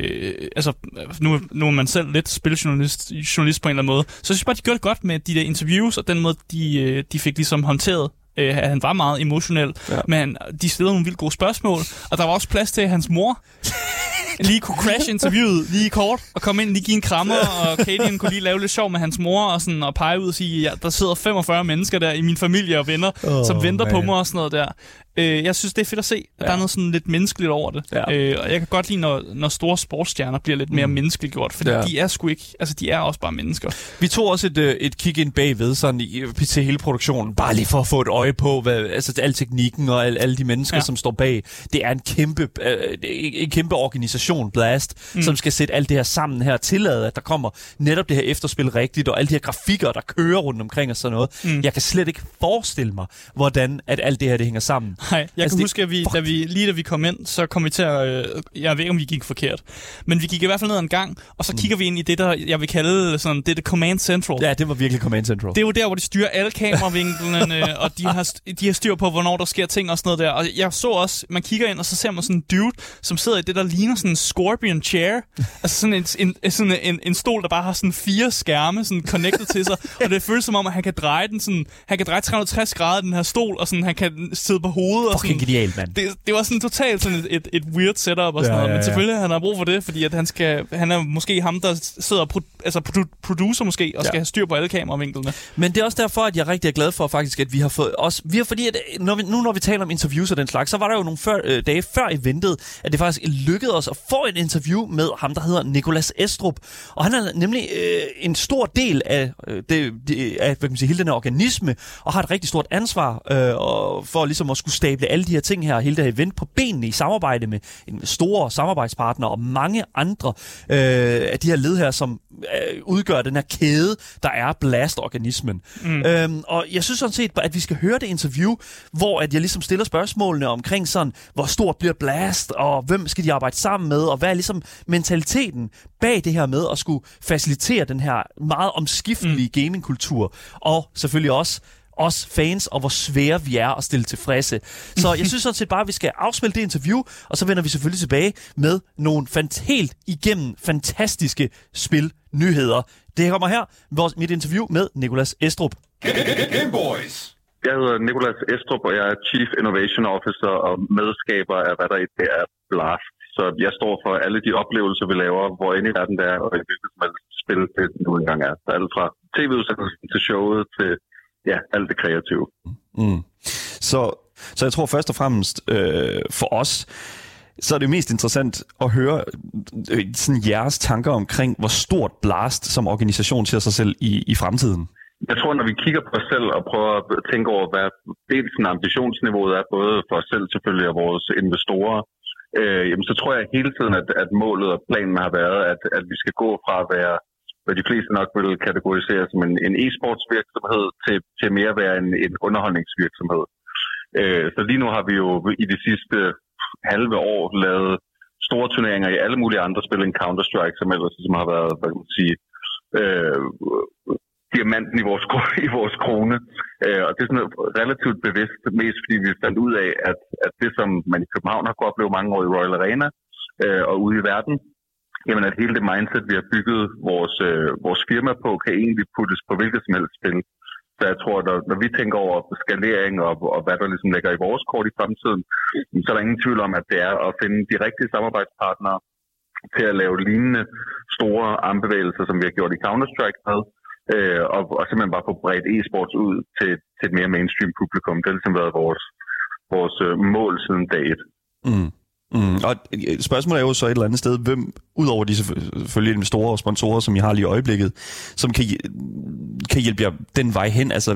S3: nu er man selv lidt spiljournalist på en eller anden måde, så jeg synes bare, de gjorde det godt med de der interviews, og den måde, de fik ligesom håndteret. Han var meget emotionel, men de stillede nogle vildt gode spørgsmål, og der var også plads til, at hans mor lige kunne crash interviewet lige kort, og komme ind, lige give en krammer, og Cadian kunne lige lave lidt sjov med hans mor, og sådan, og pege ud og sige, ja, der sidder 45 mennesker der i min familie og venner, som venter på mig og sådan noget der. Jeg synes, det er fedt at se, at der er noget sådan lidt menneskeligt over det. Ja. Og jeg kan godt lide, når store sportsstjerner bliver lidt mere menneskeliggjort, fordi de er sgu ikke, altså de er også bare mennesker.
S2: Vi tog også et kig ind bagved, sådan til hele produktionen, bare lige for at få et øje på, al teknikken og alle de mennesker, som står bag. Det er en kæmpe organisation, Blast, som skal sætte alt det her sammen her, tillade, at der kommer netop det her efterspil rigtigt, og alle de her grafikker, der kører rundt omkring og sådan noget. Jeg kan slet ikke forestille mig, hvordan at alt det her, det hænger sammen.
S3: Nej, jeg kan huske, at da vi kom ind, så kom vi til at... jeg ved ikke, om vi gik forkert. Men vi gik i hvert fald ned en gang, og så kigger vi ind i det, der jeg vil kalde sådan, det Command Central.
S2: Ja, det var virkelig Command Central.
S3: Det er jo der, hvor de styrer alle kameravinklerne, og de har styr på, hvornår der sker ting og sådan noget der. Og jeg så også, man kigger ind, og så ser man sådan en dude, som sidder i det, der ligner sådan en scorpion chair. Altså sådan en stol, der bare har sådan 4 skærme sådan connected til sig. Og det føles som om, at han kan dreje den sådan... Han kan dreje 360 grader den her stol, og sådan, han kan sidde på hovedet.
S2: Fucking genialt, mand.
S3: Det var sådan totalt sådan et weird setup og sådan noget. Men selvfølgelig han har brug for det, fordi at han er måske ham, der sidder producer måske, og skal have styr på alle kameravinklerne.
S2: Men det er også derfor, at jeg er rigtig glad for faktisk, at vi har fået også... fordi at når vi taler om interviews og den slags, så var der jo nogle dage før eventet, at det faktisk lykkedes os at få et interview med ham, der hedder Nicolas Estrup. Og han er nemlig en stor del af, hvad kan man sige, hele den her organisme, og har et rigtig stort ansvar for ligesom at skulle stable alle de her ting her, hele det her event på benene i samarbejde med store samarbejdspartnere og mange andre af de her led her, som udgør den her kæde, der er Blast-organismen. Og jeg synes sådan set, at vi skal høre det interview, hvor at jeg ligesom stiller spørgsmålene omkring sådan, hvor stort bliver Blast, og hvem skal de arbejde sammen med, og hvad er ligesom mentaliteten bag det her med at skulle facilitere den her meget omskiftelige gamingkultur, og selvfølgelig også os fans, og hvor svære vi er at stille tilfredse. Så jeg synes sådan set bare, at vi skal afspille det interview, og så vender vi selvfølgelig tilbage med nogle helt igennem fantastiske spilnyheder. Det kommer her, mit interview med Nicolas Estrup.
S1: Game Boys.
S5: Jeg hedder Nicolas Estrup, og jeg er Chief Innovation Officer og medskaber af, hvad der i det er Blast. Så jeg står for alle de oplevelser, vi laver, hvor inde i verden der er, og i hvilket som helst spil det nu engang er. Så alt fra tv-udsendelsen til showet til alt det kreative.
S2: Så jeg tror først og fremmest for os, så er det mest interessant at høre sådan jeres tanker omkring, hvor stort Blast som organisation ser sig selv i fremtiden.
S5: Jeg tror, når vi kigger på os selv og prøver at tænke over, hvad dels ambitionsniveauet er, både for os selv selvfølgelig og vores investorer, så tror jeg hele tiden, at målet og planen har været, at vi skal gå fra at være, hvad de fleste nok vil kategorisere som en e-sports virksomhed, til mere at være en underholdningsvirksomhed. Så lige nu har vi jo i de sidste halve år lavet store turneringer i alle mulige andre spil end Counter-Strike, som ellers som har været, hvad kan man sige, diamanten i vores krone. Og det er sådan relativt bevidst, mest fordi vi fandt ud af, at det, som man i København har kunnet opleve mange år i Royal Arena og ude i verden, jamen at hele det mindset, vi har bygget vores firma på, kan egentlig puttes på hvilket som helst spil. Så jeg tror, at når vi tænker over skalering og hvad der ligesom ligger i vores kort i fremtiden, så er der ingen tvivl om, at det er at finde de rigtige samarbejdspartnere til at lave lignende store armbevægelser, som vi har gjort i Counter-Strike med, og simpelthen bare få bredt e-sports ud til et mere mainstream publikum. Det har ligesom været vores mål siden dag 1.
S2: Og spørgsmålet er jo så et eller andet sted, hvem, udover de selvfølgelig investorer og sponsorer, som I har lige i øjeblikket, som kan hjælpe jer den vej hen? Altså,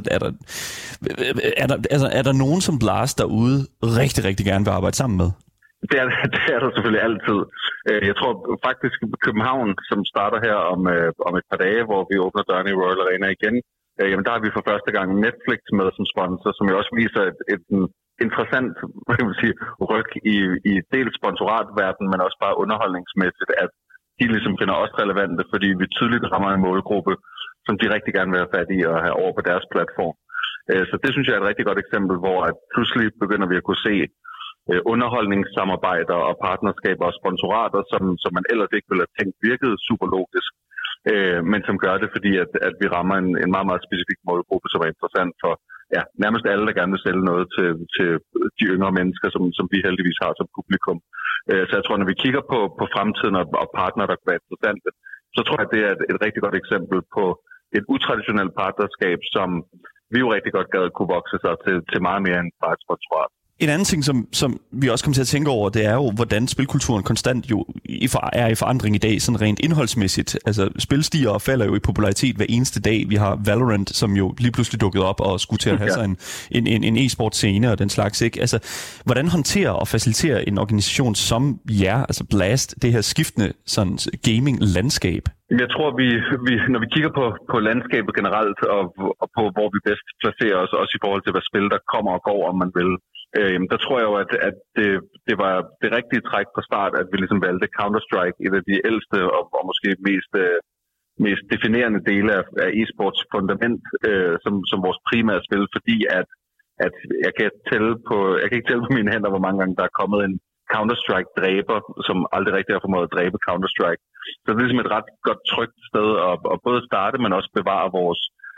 S2: er der nogen som Blast derude rigtig, rigtig gerne vil arbejde sammen med?
S5: Det er der selvfølgelig altid. Jeg tror faktisk København, som starter her om et par dage, hvor vi åbner dørene i Royal Arena igen, jamen der har vi for første gang Netflix med som sponsor, som jo også viser et interessant ryg i dels sponsoratverden, men også bare underholdningsmæssigt, at de ligesom finder os relevante, fordi vi tydeligt rammer en målgruppe, som de rigtig gerne vil have fat i og have over på deres platform. Så det synes jeg er et rigtig godt eksempel, hvor at pludselig begynder vi at kunne se underholdningssamarbejder og partnerskaber og sponsorater, som man ellers ikke ville have tænkt virkede super logisk, men som gør det, fordi at vi rammer en meget, meget specifik målgruppe, som er interessant for nærmest alle, der gerne vil sælge noget til de yngre mennesker, som vi heldigvis har som publikum. Så jeg tror, når vi kigger på fremtiden og partner, der kan være interessante, så tror jeg, det er et rigtig godt eksempel på et utraditionelt partnerskab, som vi jo rigtig godt gad kunne vokse sig til meget mere end bare et sponsorat.
S2: En anden ting, som vi også kommer til at tænke over, det er jo, hvordan spilkulturen konstant jo er i forandring i dag, sådan rent indholdsmæssigt. Altså, spil stiger og falder jo i popularitet hver eneste dag. Vi har Valorant, som jo lige pludselig dukkede op og skulle til at have sig en e-sport-scene og den slags, ikke? Altså, hvordan håndterer og faciliterer en organisation som jer, altså Blast, det her skiftende sådan gaming-landskab?
S5: Jeg tror, vi når vi kigger på landskabet generelt og på, hvor vi bedst placerer os, også i forhold til, hvad spil der kommer og går, om man vil, der tror jeg jo, at det var det rigtige træk på start, at vi ligesom valgte Counter-Strike, et af de ældste og måske mest definerende dele af e-sports fundament, som vores primære spil, fordi at jeg kan ikke tælle på mine hænder, hvor mange gange der er kommet en Counter-Strike-dræber, som aldrig rigtig har formået at dræbe Counter-Strike. Så det er ligesom et ret godt trygt sted at både starte, men også bevare vores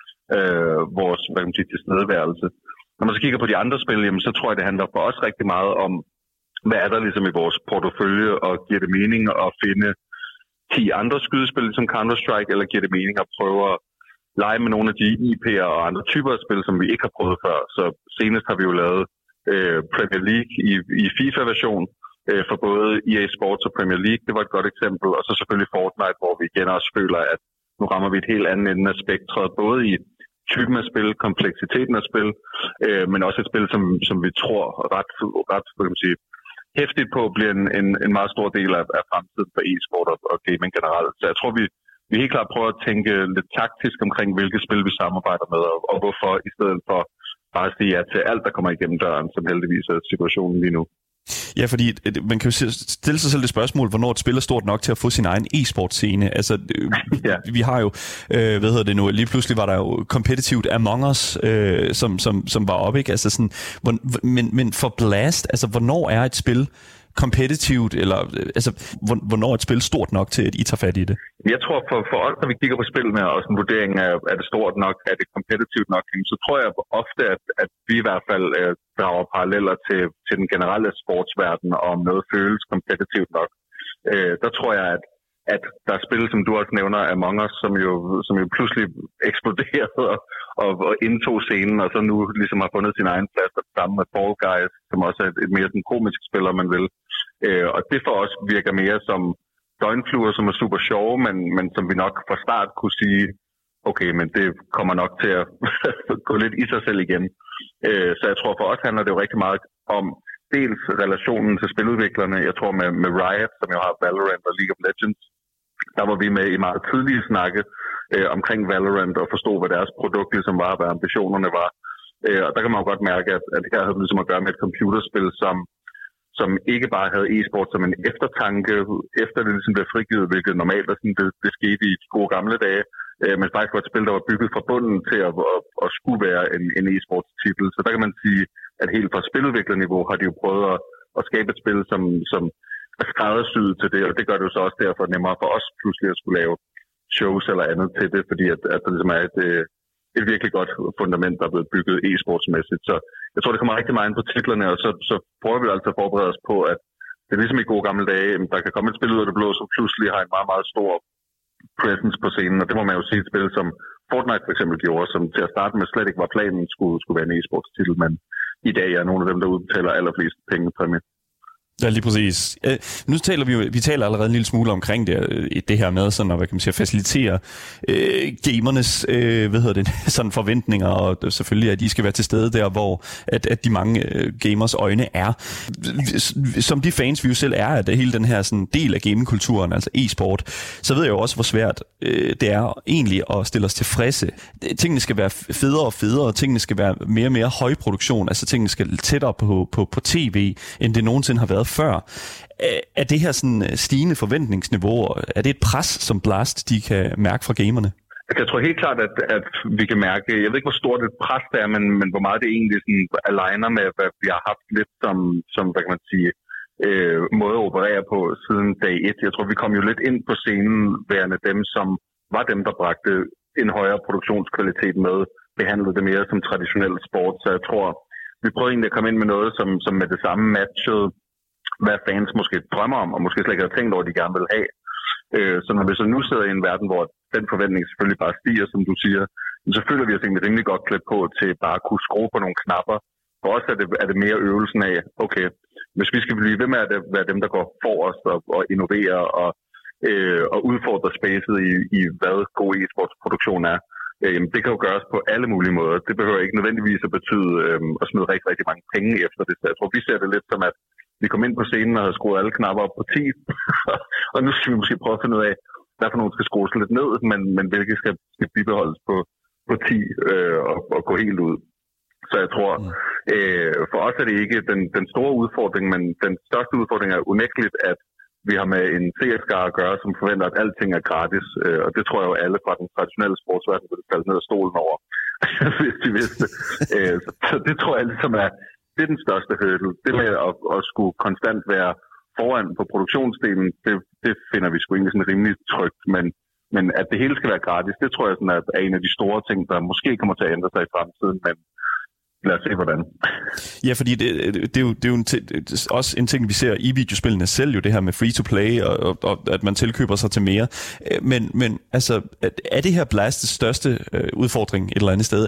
S5: hvad kan man sige, tilstedeværelse. Når man så kigger på de andre spil, jamen, så tror jeg, det handler for os rigtig meget om, hvad er der ligesom i vores portefølje, og giver det mening at finde 10 andre skydespil som Counter-Strike, eller giver det mening at prøve at lege med nogle af de IP'er og andre typer af spil, som vi ikke har prøvet før. Så senest har vi jo lavet Premier League i FIFA-version for både EA Sports og Premier League. Det var et godt eksempel. Og så selvfølgelig Fortnite, hvor vi igen også føler, at nu rammer vi et helt andet ende af spektret, både i typen af spil, kompleksiteten af spil, men også et spil, som vi tror ret kan man sige, hæftigt på bliver en meget stor del af fremtiden for e-sport og gaming generelt. Så jeg tror, vi helt klart prøver at tænke lidt taktisk omkring, hvilke spil vi samarbejder med, og hvorfor, i stedet for bare at sige ja til alt, der kommer igennem døren, som heldigvis er situationen lige nu.
S2: Ja, fordi man kan jo stille sig selv det spørgsmål, hvornår et spil er stort nok til at få sin egen e-sportscene. Altså, vi har jo, lige pludselig var der jo competitivt Among Us, som var op, ikke? Altså sådan, men for Blast, altså, hvornår er et spil competitivt, eller altså, hvornår er et spil stort nok til, at I tager fat i det?
S5: Jeg tror, for os, når vi kigger på spil med også en vurdering af, er det stort nok, er det competitivt nok, så tror jeg ofte, at vi i hvert fald drager paralleller til den generelle sportsverden, og om noget føles competitivt nok. Der tror jeg, at der er spil, som du også nævner, Among Us, som jo pludselig eksploderede og indtog scenen, og så nu ligesom har fundet sin egen plads, og sammen med Fall Guys, som også er et mere sådan komisk spil, om man vil. Og det for os virker mere som døgnfluer, som er super sjove, men som vi nok fra start kunne sige, okay, men det kommer nok til at gå lidt i sig selv igen. Så jeg tror, for os handler det jo rigtig meget om dels relationen til spiludviklerne. Jeg tror med Riot, som jo har Valorant og League of Legends, der var vi med i meget tidlige snakke omkring Valorant og forstå, hvad deres produkt ligesom var, hvad ambitionerne var. Og der kan man jo godt mærke, at det her havde ligesom at gøre med et computerspil, som ikke bare havde e-sport som en eftertanke, efter det ligesom blev frigivet, hvilket normalt var sådan, det skete i de gode gamle dage, men faktisk var et spil, der var bygget fra bunden til at skulle være en e-sports-titel. Så der kan man sige, at helt fra spiludviklerniveau har de jo prøvet at skabe et spil, som er skræddersyet til det, og det gør det jo så også derfor nemmere for os pludselig at skulle lave shows eller andet til det, fordi at der ligesom er et virkelig godt fundament, der er blevet bygget e-sportsmæssigt. Så jeg tror, det kommer rigtig meget ind på titlerne, og så prøver vi altså at forberede os på, at det er ligesom i gode gamle dage, der kan komme et spil ud af det blå, som pludselig har en meget, meget stor presence på scenen, og det må man jo sige et spil, som Fortnite for eksempel gjorde, som til at starte med slet ikke var planen, skulle være en e-sportstitel, men i dag er nogle af dem, der udbetaler allerflest penge præmie.
S2: Ja, lige præcis. Nu taler vi taler allerede en lille smule omkring det her med sådan, hvad kan man sige, at facilitere gamernes sådan forventninger, og selvfølgelig at de skal være til stede der, hvor at de mange gamers øjne er. Som de fans vi jo selv er, at hele den her sådan del af gamingkulturen, altså e-sport, så ved jeg jo også, hvor svært det er egentlig at stille os tilfredse. Tingene skal være federe og federe, tingene skal være mere og mere højproduktion, altså tingene skal tættere på tv, end det nogensinde har været før. Er det her sådan stigende forventningsniveau, er det et pres, som Blast de kan mærke fra gamerne?
S5: Jeg tror helt klart, at vi kan mærke, jeg ved ikke, hvor stort et pres det er, men hvor meget det egentlig sådan aligner med, hvad vi har haft lidt som hvad kan man sige, måde at operere på siden dag 1. Jeg tror, vi kom jo lidt ind på scenen værende dem, som var dem, der bragte en højere produktionskvalitet med, behandlede det mere som traditionel sport. Så jeg tror, vi prøvede egentlig at komme ind med noget, som med det samme matchede, hvad fans måske drømmer om, og måske slet ikke har tænkt over, at de gerne vil have. Så når vi så nu sidder i en verden, hvor den forventning selvfølgelig bare stiger, som du siger, så føler vi os egentlig rimelig godt klædt på til bare at kunne skrue på nogle knapper. For os er det mere øvelsen af, okay, hvis vi skal blive ved med at være dem, der går forrest og innoverer og udfordrer spacet i hvad god e-sportsproduktion er, det kan jo gøres på alle mulige måder. Det behøver ikke nødvendigvis at betyde at smide rigtig, rigtig mange penge efter det. Så jeg tror, vi ser det lidt som, at vi kom ind på scenen og havde skruet alle knapper op på 10, og nu skal vi måske prøve at finde ud af, hvad for nogen skal skrues lidt ned, men hvilke skal bibeholdes på 10 og gå helt ud. Så jeg tror, for os er det ikke den store udfordring, men den største udfordring er unægteligt, at vi har med en seerskare at gøre, som forventer, at alting er gratis. Og det tror jeg jo alle fra den traditionelle sportsverden vil falde ned af stolen over, hvis de vidste. Så det tror jeg ligesom det er den største hurdle. Det med at skulle konstant være foran på produktionsdelen, det finder vi sgu egentlig sådan rimelig trygt. Men at det hele skal være gratis, det tror jeg sådan, at er en af de store ting, der måske kommer til at ændre sig i fremtiden. Men lad os se, hvordan.
S2: Ja, fordi det er jo også en ting, vi ser i videospillene selv, jo det her med free-to-play, og at man tilkøber sig til mere. Men altså, er det her Blast's største udfordring et eller andet sted,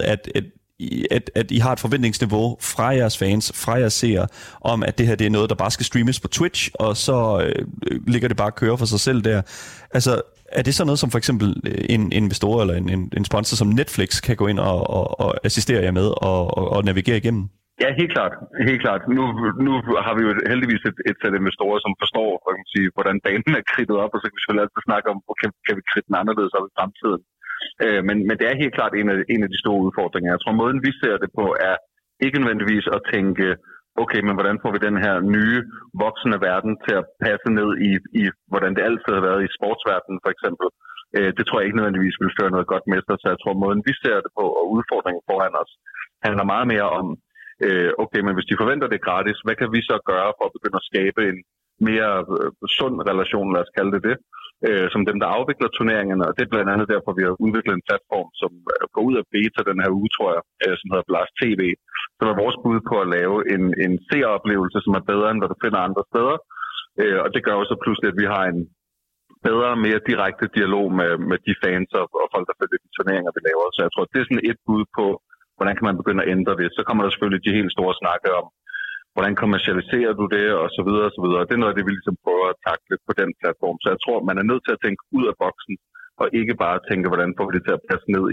S2: at I har et forventningsniveau fra jeres fans, fra jeres seere, om at det her det er noget, der bare skal streames på Twitch, og så ligger det bare at køre for sig selv der. Altså, er det så noget, som for eksempel en investor eller en sponsor som Netflix kan gå ind og assistere jer med og navigere igennem?
S5: Ja, helt klart. Helt klart. Nu har vi jo heldigvis et sæt investorer, som forstår, hvordan banen er kridtet op, og så kan vi selvfølgelig altid snakke om, kan vi kridte den anderledes op i fremtiden. Men det er helt klart en af de store udfordringer. Jeg tror, måden vi ser det på, er ikke nødvendigvis at tænke, okay, men hvordan får vi den her nye, voksende verden til at passe ned i hvordan det altid har været i sportsverdenen, for eksempel. Det tror jeg ikke nødvendigvis vil føre noget godt med sig, så jeg tror, måden vi ser det på, og udfordringen foran os, handler meget mere om, okay, men hvis de forventer det gratis, hvad kan vi så gøre for at begynde at skabe en mere sund relation, lad os kalde det, som dem, der afvikler turneringerne, og det er blandt andet derfor, vi har udviklet en platform, som går ud af beta den her uge, tror jeg, som hedder Blast TV, som er vores bud på at lave en seeroplevelse, som er bedre, end hvad du finder andre steder, og det gør jo så pludselig, at vi har en bedre, mere direkte dialog med de fans og folk, der følger de turneringer, vi laver. Så jeg tror, det er sådan et bud på, hvordan kan man begynde at ændre det. Så kommer der selvfølgelig de helt store snakke om, hvordan kommercialiserer du det, og så videre, og så videre. Det er noget, det vi ligesom prøver at takle på den platform. Så jeg tror, man er nødt til at tænke ud af boksen, og ikke bare tænke, hvordan får vi det til at passe ned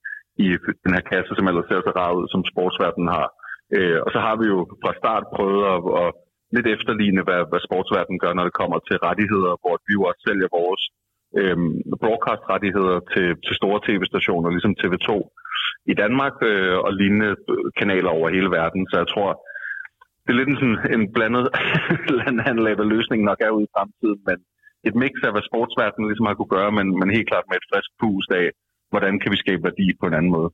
S5: i den her kasse, som ellers ser så rar ud, som sportsverdenen har. Og så har vi jo fra start prøvet at lidt efterligne, hvad sportsverdenen gør, når det kommer til rettigheder, hvor vi jo også sælger vores broadcast-rettigheder til store tv-stationer, ligesom TV2 i Danmark og lignende kanaler over hele verden. Så jeg tror, det er lidt en blandet landhandel af, hvad løsningen nok er ude i fremtiden, men et mix af, hvad sportsverdenen ligesom har kunne gøre, men helt klart med et frisk pust af, hvordan kan vi skabe værdi på en anden måde.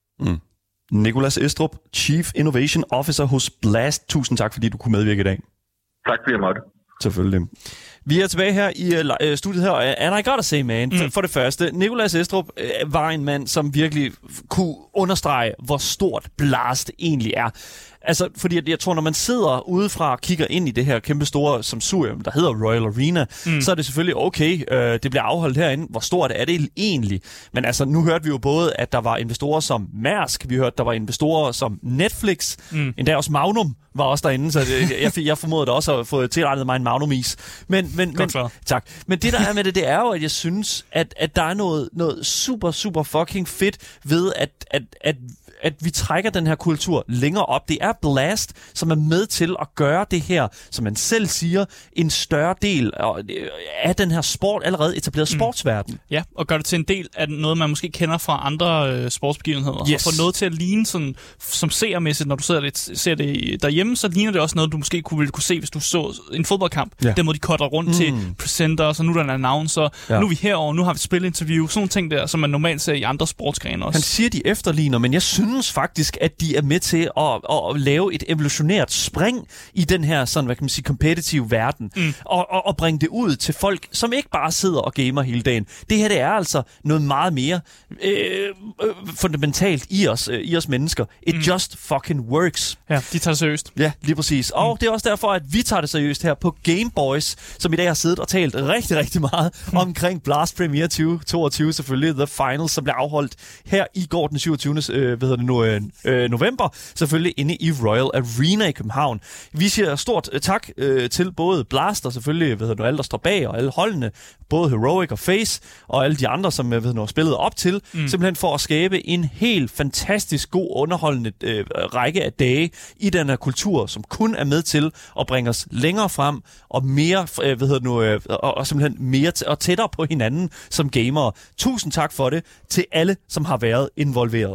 S2: Nicolas Estrup, Chief Innovation Officer hos Blast. Tusind tak, fordi du kunne medvirke i dag.
S5: Tak fordi jeg måtte.
S2: Selvfølgelig. Vi er tilbage her i studiet her, and I gotta say, man, for det første, Nicolas Estrup var en mand, som virkelig kunne understrege, hvor stort Blast egentlig er. Altså, fordi jeg tror, når man sidder udefra og kigger ind i det her kæmpe store samsurium, der hedder Royal Arena, så er det selvfølgelig okay, det bliver afholdt herinde. Hvor stort er det egentlig? Men altså, nu hørte vi jo både, at der var investorer som Mærsk, vi hørte, der var investorer som Netflix, endda også Magnum var også derinde, så jeg formodede også at få tilrettet mig en Magnum-is. Men tak. Men det, der er med det er jo, at jeg synes, at der er noget super, super fucking fedt ved, at vi trækker den her kultur længere op. Det er Blast, som er med til at gøre det her, som man selv siger, en større del af den her allerede etableret sportsverden.
S3: Ja, og gør det til en del af noget, man måske kender fra andre sportsbegivenheder.
S2: Yes.
S3: Og få noget til at ligne sådan, som seermæssigt, når du ser det derhjemme, så ligner det også noget, du måske ville kunne se, hvis du så en fodboldkamp. Ja. Den måde, de cutter rundt til presenter, så nu er der en announcer, nu er vi herovre, nu har vi et spilinterview, sådan nogle ting der, som man normalt ser i andre sportsgrene også.
S2: Han siger, de efterligner, men jeg synes faktisk, at de er med til at lave et evolutionært spring i den her sådan, hvad kan man sige, competitive verden, og bringe det ud til folk, som ikke bare sidder og gamer hele dagen. Det her, det er altså noget meget mere fundamentalt i os mennesker. It just fucking works.
S3: Ja, de tager det seriøst.
S2: Ja, lige præcis. Og det er også derfor, at vi tager det seriøst her på Game Boys, som i dag har siddet og talt rigtig, rigtig meget omkring Blast Premier 2022, selvfølgelig The Finals, som blev afholdt her i går den 27. November, selvfølgelig inde i Royal Arena i København. Vi siger stort tak til både Blast og selvfølgelig alle, der står bag, og alle holdene, både Heroic og FaZe, og alle de andre, som har spillet op til, simpelthen for at skabe en helt fantastisk god, underholdende række af dage i den her kultur, som kun er med til at bringe os længere frem, og mere, og simpelthen mere og tættere på hinanden som gamere. Tusind tak for det til alle, som har været involveret.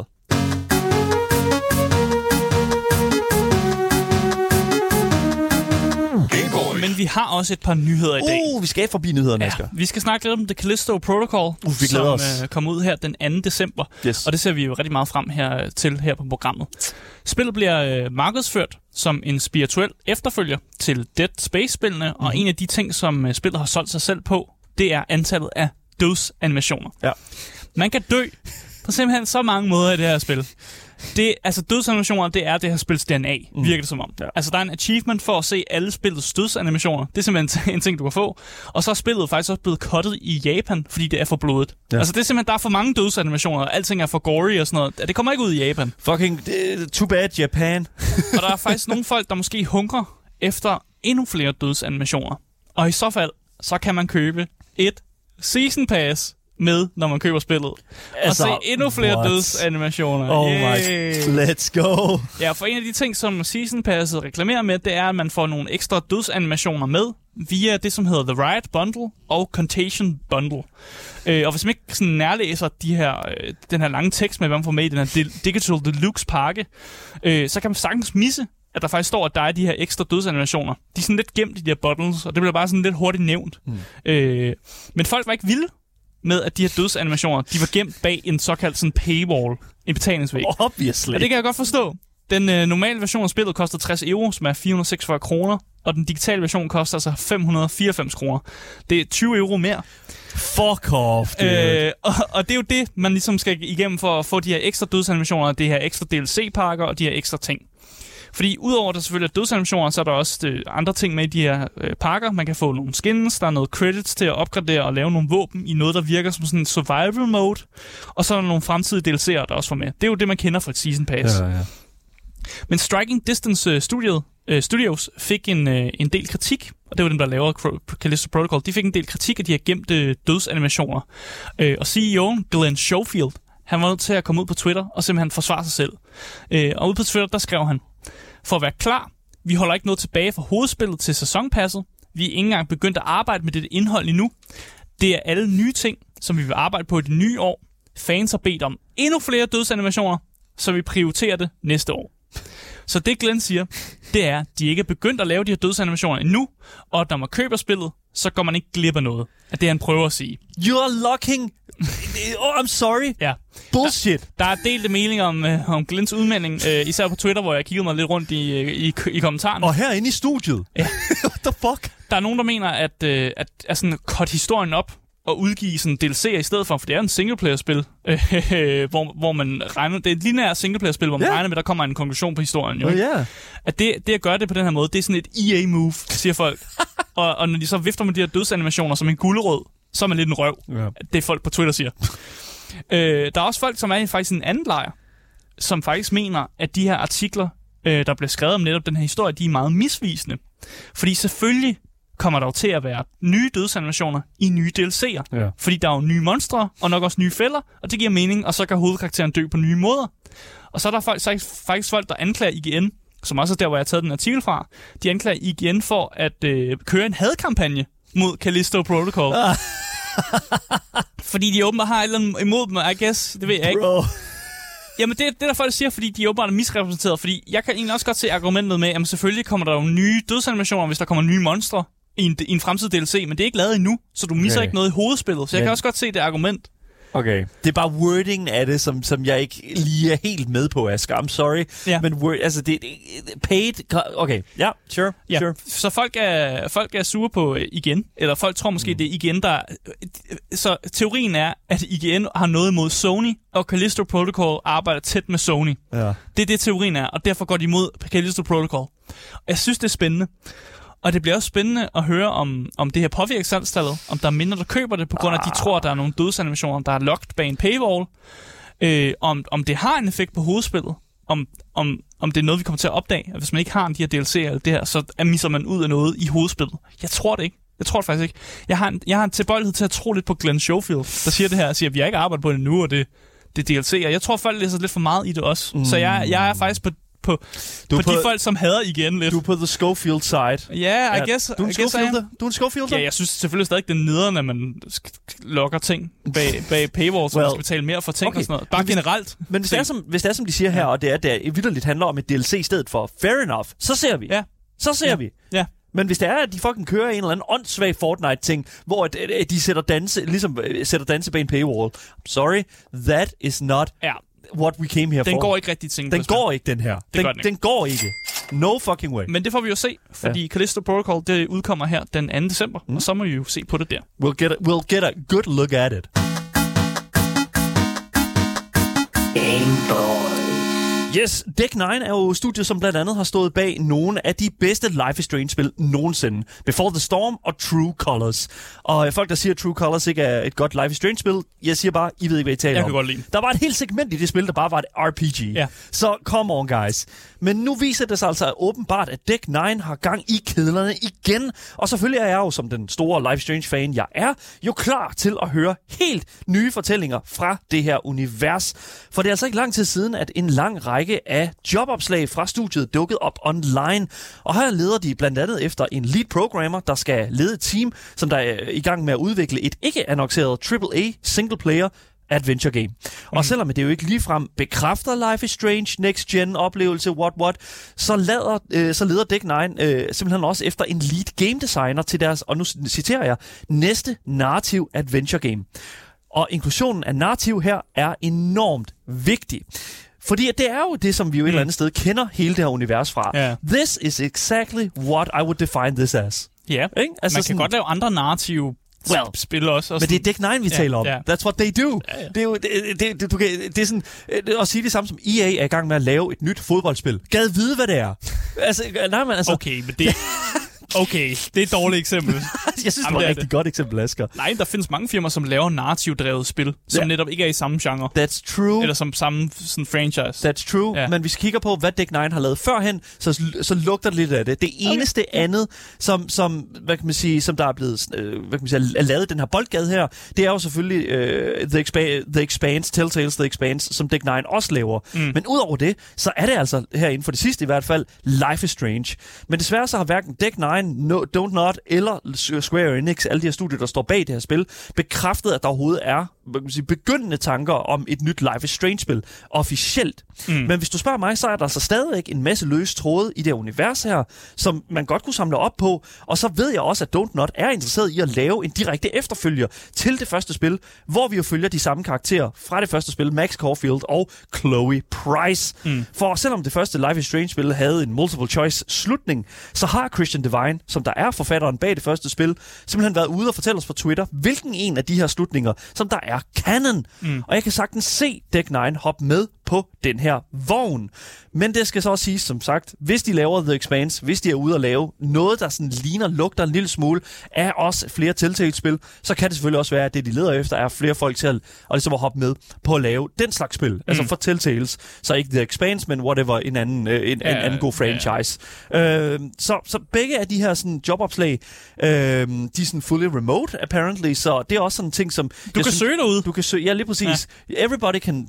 S3: Men vi har også et par nyheder i dag.
S2: Vi skal forbi nyhederne, Asger.
S3: Vi skal snakke lidt om The Callisto Protocol, som kommer ud her den 2. december.
S2: Yes.
S3: Og det ser vi jo rigtig meget frem her på programmet. Spillet bliver markedsført som en spirituel efterfølger til Dead Space-spillene, og en af de ting, som spillet har solgt sig selv på, det er antallet af dødsanimationer.
S2: Ja.
S3: Man kan dø på simpelthen så mange måder i det her spil. Dødsanimationer, det er det her spils DNA, virker det som om. Ja. Altså, der er en achievement for at se alle spillets dødsanimationer. Det er simpelthen en ting, du kan få. Og så er spillet faktisk også blevet cuttet i Japan, fordi det er for blodet. Ja. Altså, det er simpelthen, der er for mange dødsanimationer, og alting er for gory og sådan noget. Det kommer ikke ud i Japan.
S2: Fucking too bad, Japan.
S3: Og der er faktisk nogle folk, der måske hungrer efter endnu flere dødsanimationer. Og i så fald, så kan man købe et Season Pass med, når man køber spillet. Altså, og se endnu flere dødsanimationer.
S2: Oh my, let's go.
S3: Ja, for en af de ting, som Season Passet reklamerer med, det er, at man får nogle ekstra dødsanimationer med, via det, som hedder The Riot Bundle og Contagion Bundle. Og hvis man ikke sådan nærlæser den her lange tekst med, hvad man får med i den her Digital Deluxe pakke, så kan man sagtens misse at der faktisk står, at der er de her ekstra dødsanimationer. De er sådan lidt gemt i de her bottles, og det bliver bare sådan lidt hurtigt nævnt. Men folk var ikke vilde med, at de her dødsanimationer, de var gemt bag en såkaldt sådan paywall, en betalingsvæg.
S2: Obviously.
S3: Og det kan jeg godt forstå. Den normale version af spillet koster 60 euro, som er 446 kroner, og den digitale version koster altså 594 kroner. Det er 20 euro mere.
S2: Fuck off, dude.
S3: Og det er jo det, man ligesom skal igennem for at få de her ekstra dødsanimationer, de her ekstra DLC-pakker og de her ekstra ting. Fordi udover der selvfølgelig er dødsanimationer, så er der også andre ting med i de her pakker. Man kan få nogle skins, der er noget credits til at opgradere og lave nogle våben i noget, der virker som sådan en survival mode. Og så er der nogle fremtidige DLC'er, der også var med. Det er jo det, man kender fra et Season Pass.
S2: Ja.
S3: Men Striking Distance Studios fik en del kritik, og det var dem, der laver Callisto Protocol. De fik en del kritik af de her gemte dødsanimationer. Og CEO'en, Glenn Schofield, han var nødt til at komme ud på Twitter og simpelthen forsvare sig selv. Og ude på Twitter, der skrev han: for at være klar, vi holder ikke noget tilbage fra hovedspillet til sæsonpasset. Vi er ikke engang begyndt at arbejde med det indhold endnu. Det er alle nye ting, som vi vil arbejde på i det nye år. Fans har bedt om endnu flere dødsanimationer, så vi prioriterer det næste år. Så det Glenn siger, det er, at de ikke er begyndt at lave de her dødsanimationer endnu, og at når man køber spillet, så går man ikke glip af noget. At det han prøver at sige.
S2: You're locking... Oh, I'm sorry.
S3: Ja.
S2: Bullshit.
S3: Der er delte meninger om Glenns udmelding, især på Twitter, hvor jeg kiggede mig lidt rundt i kommentarerne.
S2: Og herinde i studiet.
S3: Ja.
S2: What the fuck?
S3: Der er nogen, der mener, at sådan cut historien op og udgive sådan DLC'er i stedet for det er en singleplayer-spil, hvor man regner... Det er et lineært singleplayer-spil, hvor man regner med, at der kommer en konklusion på historien. Jo, at det at gøre det på den her måde, det er sådan et EA-move, siger folk. og når de så vifter med de her dødsanimationer som en gulerod, så er man lidt en røv. Yeah. Det folk på Twitter siger. Der er også folk, som er faktisk en anden lejr, som faktisk mener, at de her artikler, der bliver skrevet om netop den her historie, de er meget misvisende. Fordi selvfølgelig kommer der jo til at være nye dødsanimationer i nye DLC'er. Yeah. Fordi der er jo nye monstre, og nok også nye fælder, og det giver mening, og så kan hovedkarakteren dø på nye måder. Og så er der faktisk folk, der anklager IGN, som også er der, hvor jeg har taget den artikel fra. De anklager IGN for at køre en hadkampagne mod Callisto Protocol. Fordi de åbenbart har et eller andet imod dem, I guess. Det ved jeg ikke. Jamen, det der folk siger, fordi de åbenbart er misrepræsenteret. Fordi jeg kan egentlig også godt se argumentet med, at selvfølgelig kommer der jo nye dødsanimationer, hvis der kommer nye monstre i en fremtidig DLC, men det er ikke lavet endnu, så du misser ikke noget i hovedspillet. Så jeg kan også godt se det argument.
S2: Okay. Det er bare wordingen af det, som jeg ikke lige er helt med på, Asger. I'm sorry. Ja. Men altså, det paid... Okay, ja, sure.
S3: Så folk er sure på IGN, eller folk tror måske, det er IGN, der... Så teorien er, at IGN har noget imod Sony, og Callisto Protocol arbejder tæt med Sony. Ja. Det er det, teorien er, og derfor går de imod Callisto Protocol. Og jeg synes, det er spændende. Og det bliver også spændende at høre, om det her påvirker salgstallet, om der er mindre, der køber det, på grund af, at de tror, at der er nogle dødsanimationer, der er locked bag en paywall, om det har en effekt på hovedspillet, om det er noget, vi kommer til at opdage, at hvis man ikke har de her DLC'er eller det her, så misser man ud af noget i hovedspillet. Jeg tror det ikke. Jeg tror det faktisk ikke. Jeg har en tilbøjelighed til at tro lidt på Glenn Schofield, der siger det her, og siger, at vi har ikke arbejdet på det nu, og det er DLC'er. Jeg tror, folk læser lidt for meget i det også. Så jeg er faktisk på de folk, som hader igen lidt.
S2: Du er på the Schofield side.
S3: Ja, I guess.
S2: Du er en Schofielder?
S3: Ja, jeg synes selvfølgelig stadig, det er nederen, at man lokker ting bag paywall, så man skal betale mere for ting og sådan noget. Bare generelt.
S2: Men hvis det er, som de siger her, og det vitterligt handler om et DLC i stedet for, fair enough, så ser vi. Ja. Så ser vi. Ja. Men hvis det er, at de fucking kører en eller anden åndssvag Fortnite-ting, hvor de sætter danse bag en paywall. Sorry, that is not... what we came here for.
S3: Den går ikke rigtig ting.
S2: Den går ikke, den her. Den går ikke. No fucking way.
S3: Men det får vi jo se, fordi Callisto Protocol, det udkommer her den 2. december, og så må vi jo se på det der.
S2: We'll get a good look at it. Yes, Deck 9 er jo studiet, som blandt andet har stået bag nogle af de bedste Life is Strange-spil nogensinde. Before the Storm og True Colors. Og folk, der siger, at True Colors ikke er et godt Life is Strange-spil, jeg siger bare, I ved ikke, hvad I taler om.
S3: Jeg kan godt lide.
S2: Der var et helt segment i det spil, der bare var et RPG. Ja. Så come on, guys. Men nu viser det sig altså åbenbart, at Deck 9 har gang i kedlerne igen. Og selvfølgelig er jeg jo, som den store Life is Strange-fan, jeg er, jo klar til at høre helt nye fortællinger fra det her univers. For det er altså ikke lang tid siden, at en lang række af jobopslag fra studiet dukket op online. Og her leder de blandt andet efter en lead programmer, der skal lede et team, som der er i gang med at udvikle et ikke-annonceret AAA singleplayer adventure game. Og selvom det jo ikke ligefrem bekræfter Life is Strange, Next Gen oplevelse, så leder Deck Nine simpelthen også efter en lead game designer til deres, og nu citerer jeg, næste narrativ adventure game. Og inklusionen af narrativ her er enormt vigtig. Fordi det er jo det, som vi jo et eller andet sted kender hele det her univers fra.
S3: Yeah.
S2: This is exactly what I would define this as.
S3: Ja,
S2: ikke? Altså
S3: man kan godt lave andre narrative spil også.
S2: Men det er Deck Nine, vi taler om. That's what they do.
S3: Ja.
S2: Det er jo det er sådan at sige det samme som EA er i gang med at lave et nyt fodboldspil. Gad vide, hvad det er.
S3: Okay, men det... Okay, det er et dårligt eksempel.
S2: Jeg synes, det var et rigtig godt eksempel, Asger.
S3: Nej, der findes mange firmaer, som laver narrativdrevet spil, som netop ikke er i samme genre.
S2: That's true.
S3: Eller som samme sådan franchise.
S2: That's true. Ja. Men hvis vi kigger på, hvad Deck Nine har lavet førhen, så lugter det lidt af det. Det eneste andet, som hvad kan man sige, som der er blevet lavet i den her boldgade her, det er jo selvfølgelig The Expanse, Telltale's The Expanse, som Deck Nine også laver. Men udover det, så er det altså her inden for det sidste i hvert fald Life is Strange. Men desværre så har hverken Deck Nine, Don't Not eller Square Enix, alle de her studier, der står bag det her spil, bekræftet, at der overhovedet er begyndende tanker om et nyt Life is Strange-spil officielt. Men hvis du spørger mig, så er der så stadigvæk en masse løse tråde i det univers her, som man godt kunne samle op på, og så ved jeg også, at Don't Not er interesseret i at lave en direkte efterfølger til det første spil, hvor vi jo følger de samme karakterer fra det første spil, Max Caulfield og Chloe Price. For selvom det første Life is Strange-spil havde en multiple choice slutning, så har Christian Devine, som der er forfatteren bag det første spil, simpelthen været ude og fortælle os på Twitter, hvilken en af de her slutninger, som der er canon. Og jeg kan sagtens se Deck Nine hoppe med på den her vogn. Men det skal så også siges, som sagt, hvis de laver The Expanse, hvis de er ude at lave noget, der sådan lugter en lille smule af også flere Telltale-spil, så kan det selvfølgelig også være, at det, de leder efter, er flere folk til at ligesom at hoppe med på at lave den slags spil. Altså for Telltales, så ikke The Expanse, men whatever, en anden god franchise. Så begge af de her sådan jobopslag, de er sådan fully remote, apparently, så det er også sådan en ting, som...
S3: Du kan søge derude.
S2: Du kan søge, ja, lige præcis. Ja. Everybody can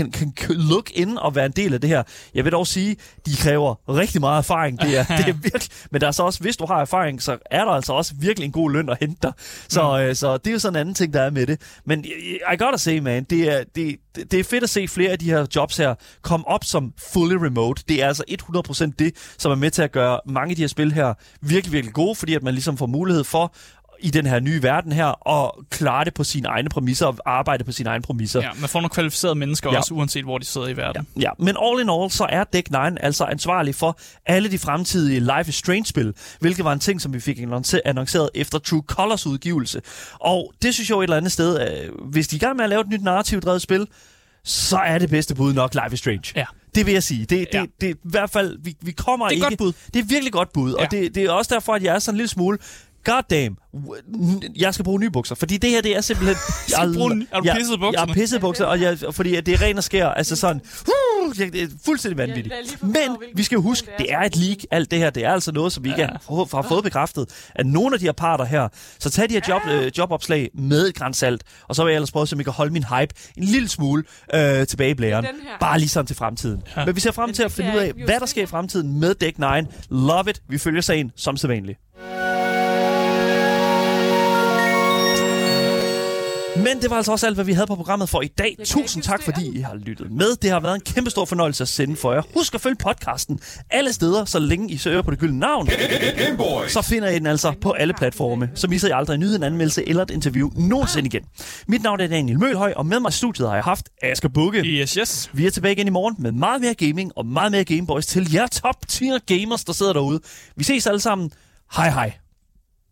S2: look in og være en del af det her. Jeg vil dog sige, de kræver rigtig meget erfaring. Det er virkelig... Men der er så også, hvis du har erfaring, så er der altså også virkelig en god løn at hente dig. Så det er jo sådan en anden ting, der er med det. Men I gotta say, man, det er fedt at se flere af de her jobs her komme op som fully remote. Det er altså 100% det, som er med til at gøre mange af de her spil her virkelig, virkelig gode, fordi at man ligesom får mulighed for i den her nye verden her, og klare det på sine egne præmisser, og arbejde på sine egne præmisser.
S3: Ja, man får nogle kvalificerede mennesker også, uanset hvor de sidder i verden.
S2: Ja, men all in all, så er Deck Nine altså ansvarlig for alle de fremtidige Life is Strange-spil, hvilket var en ting, som vi fik annonceret efter True Colors udgivelse. Og det synes jeg jo et eller andet sted, hvis de er i gang med at lave et nyt narrativdrevet spil, så er det bedste bud nok Life is Strange. Ja. Det vil jeg sige. Det er i hvert fald, vi kommer ikke...
S3: Det er godt bud.
S2: Det er virkelig godt bud, og det er også derfor, at jeg er sådan en lille smule... Goddamn, jeg skal bruge nye bukser, fordi det her, det er simpelthen...
S3: Er du pisset bukserne?
S2: Jeg har pisset bukser, og fordi det er ren og skær, altså sådan... det er fuldstændig vanvittigt. Men vi skal jo huske, det er et leak, alt det her, det er altså noget, som vi ikke har fået bekræftet af nogle af de her parter her. Så tag de her jobopslag med et gran salt, og så vil jeg ellers prøve, så vi kan holde min hype en lille smule tilbage i blæren. Bare lige sådan til fremtiden. Ja. Men vi ser frem til at finde ud af, hvad der sker i fremtiden med Deck Nine. Love it. Vi følger sagen som sædvanligt. Men det var altså også alt, hvad vi havde på programmet for i dag. Tusind tak, fordi I har lyttet med. Det har været en kæmpe stor fornøjelse at sende for jer. Husk at følge podcasten alle steder, så længe I søger på det gyldne navn. Så finder I den altså på alle platforme. Så misser I aldrig en nyhed, en anmeldelse eller et interview nogensinde igen. Mit navn er Daniel Mølhøj, og med mig i studiet har jeg haft Asger Bukke.
S3: Yes.
S2: Vi er tilbage igen i morgen med meget mere gaming og meget mere Gameboys til jer top tier gamers, der sidder derude. Vi ses alle sammen. Hej hej.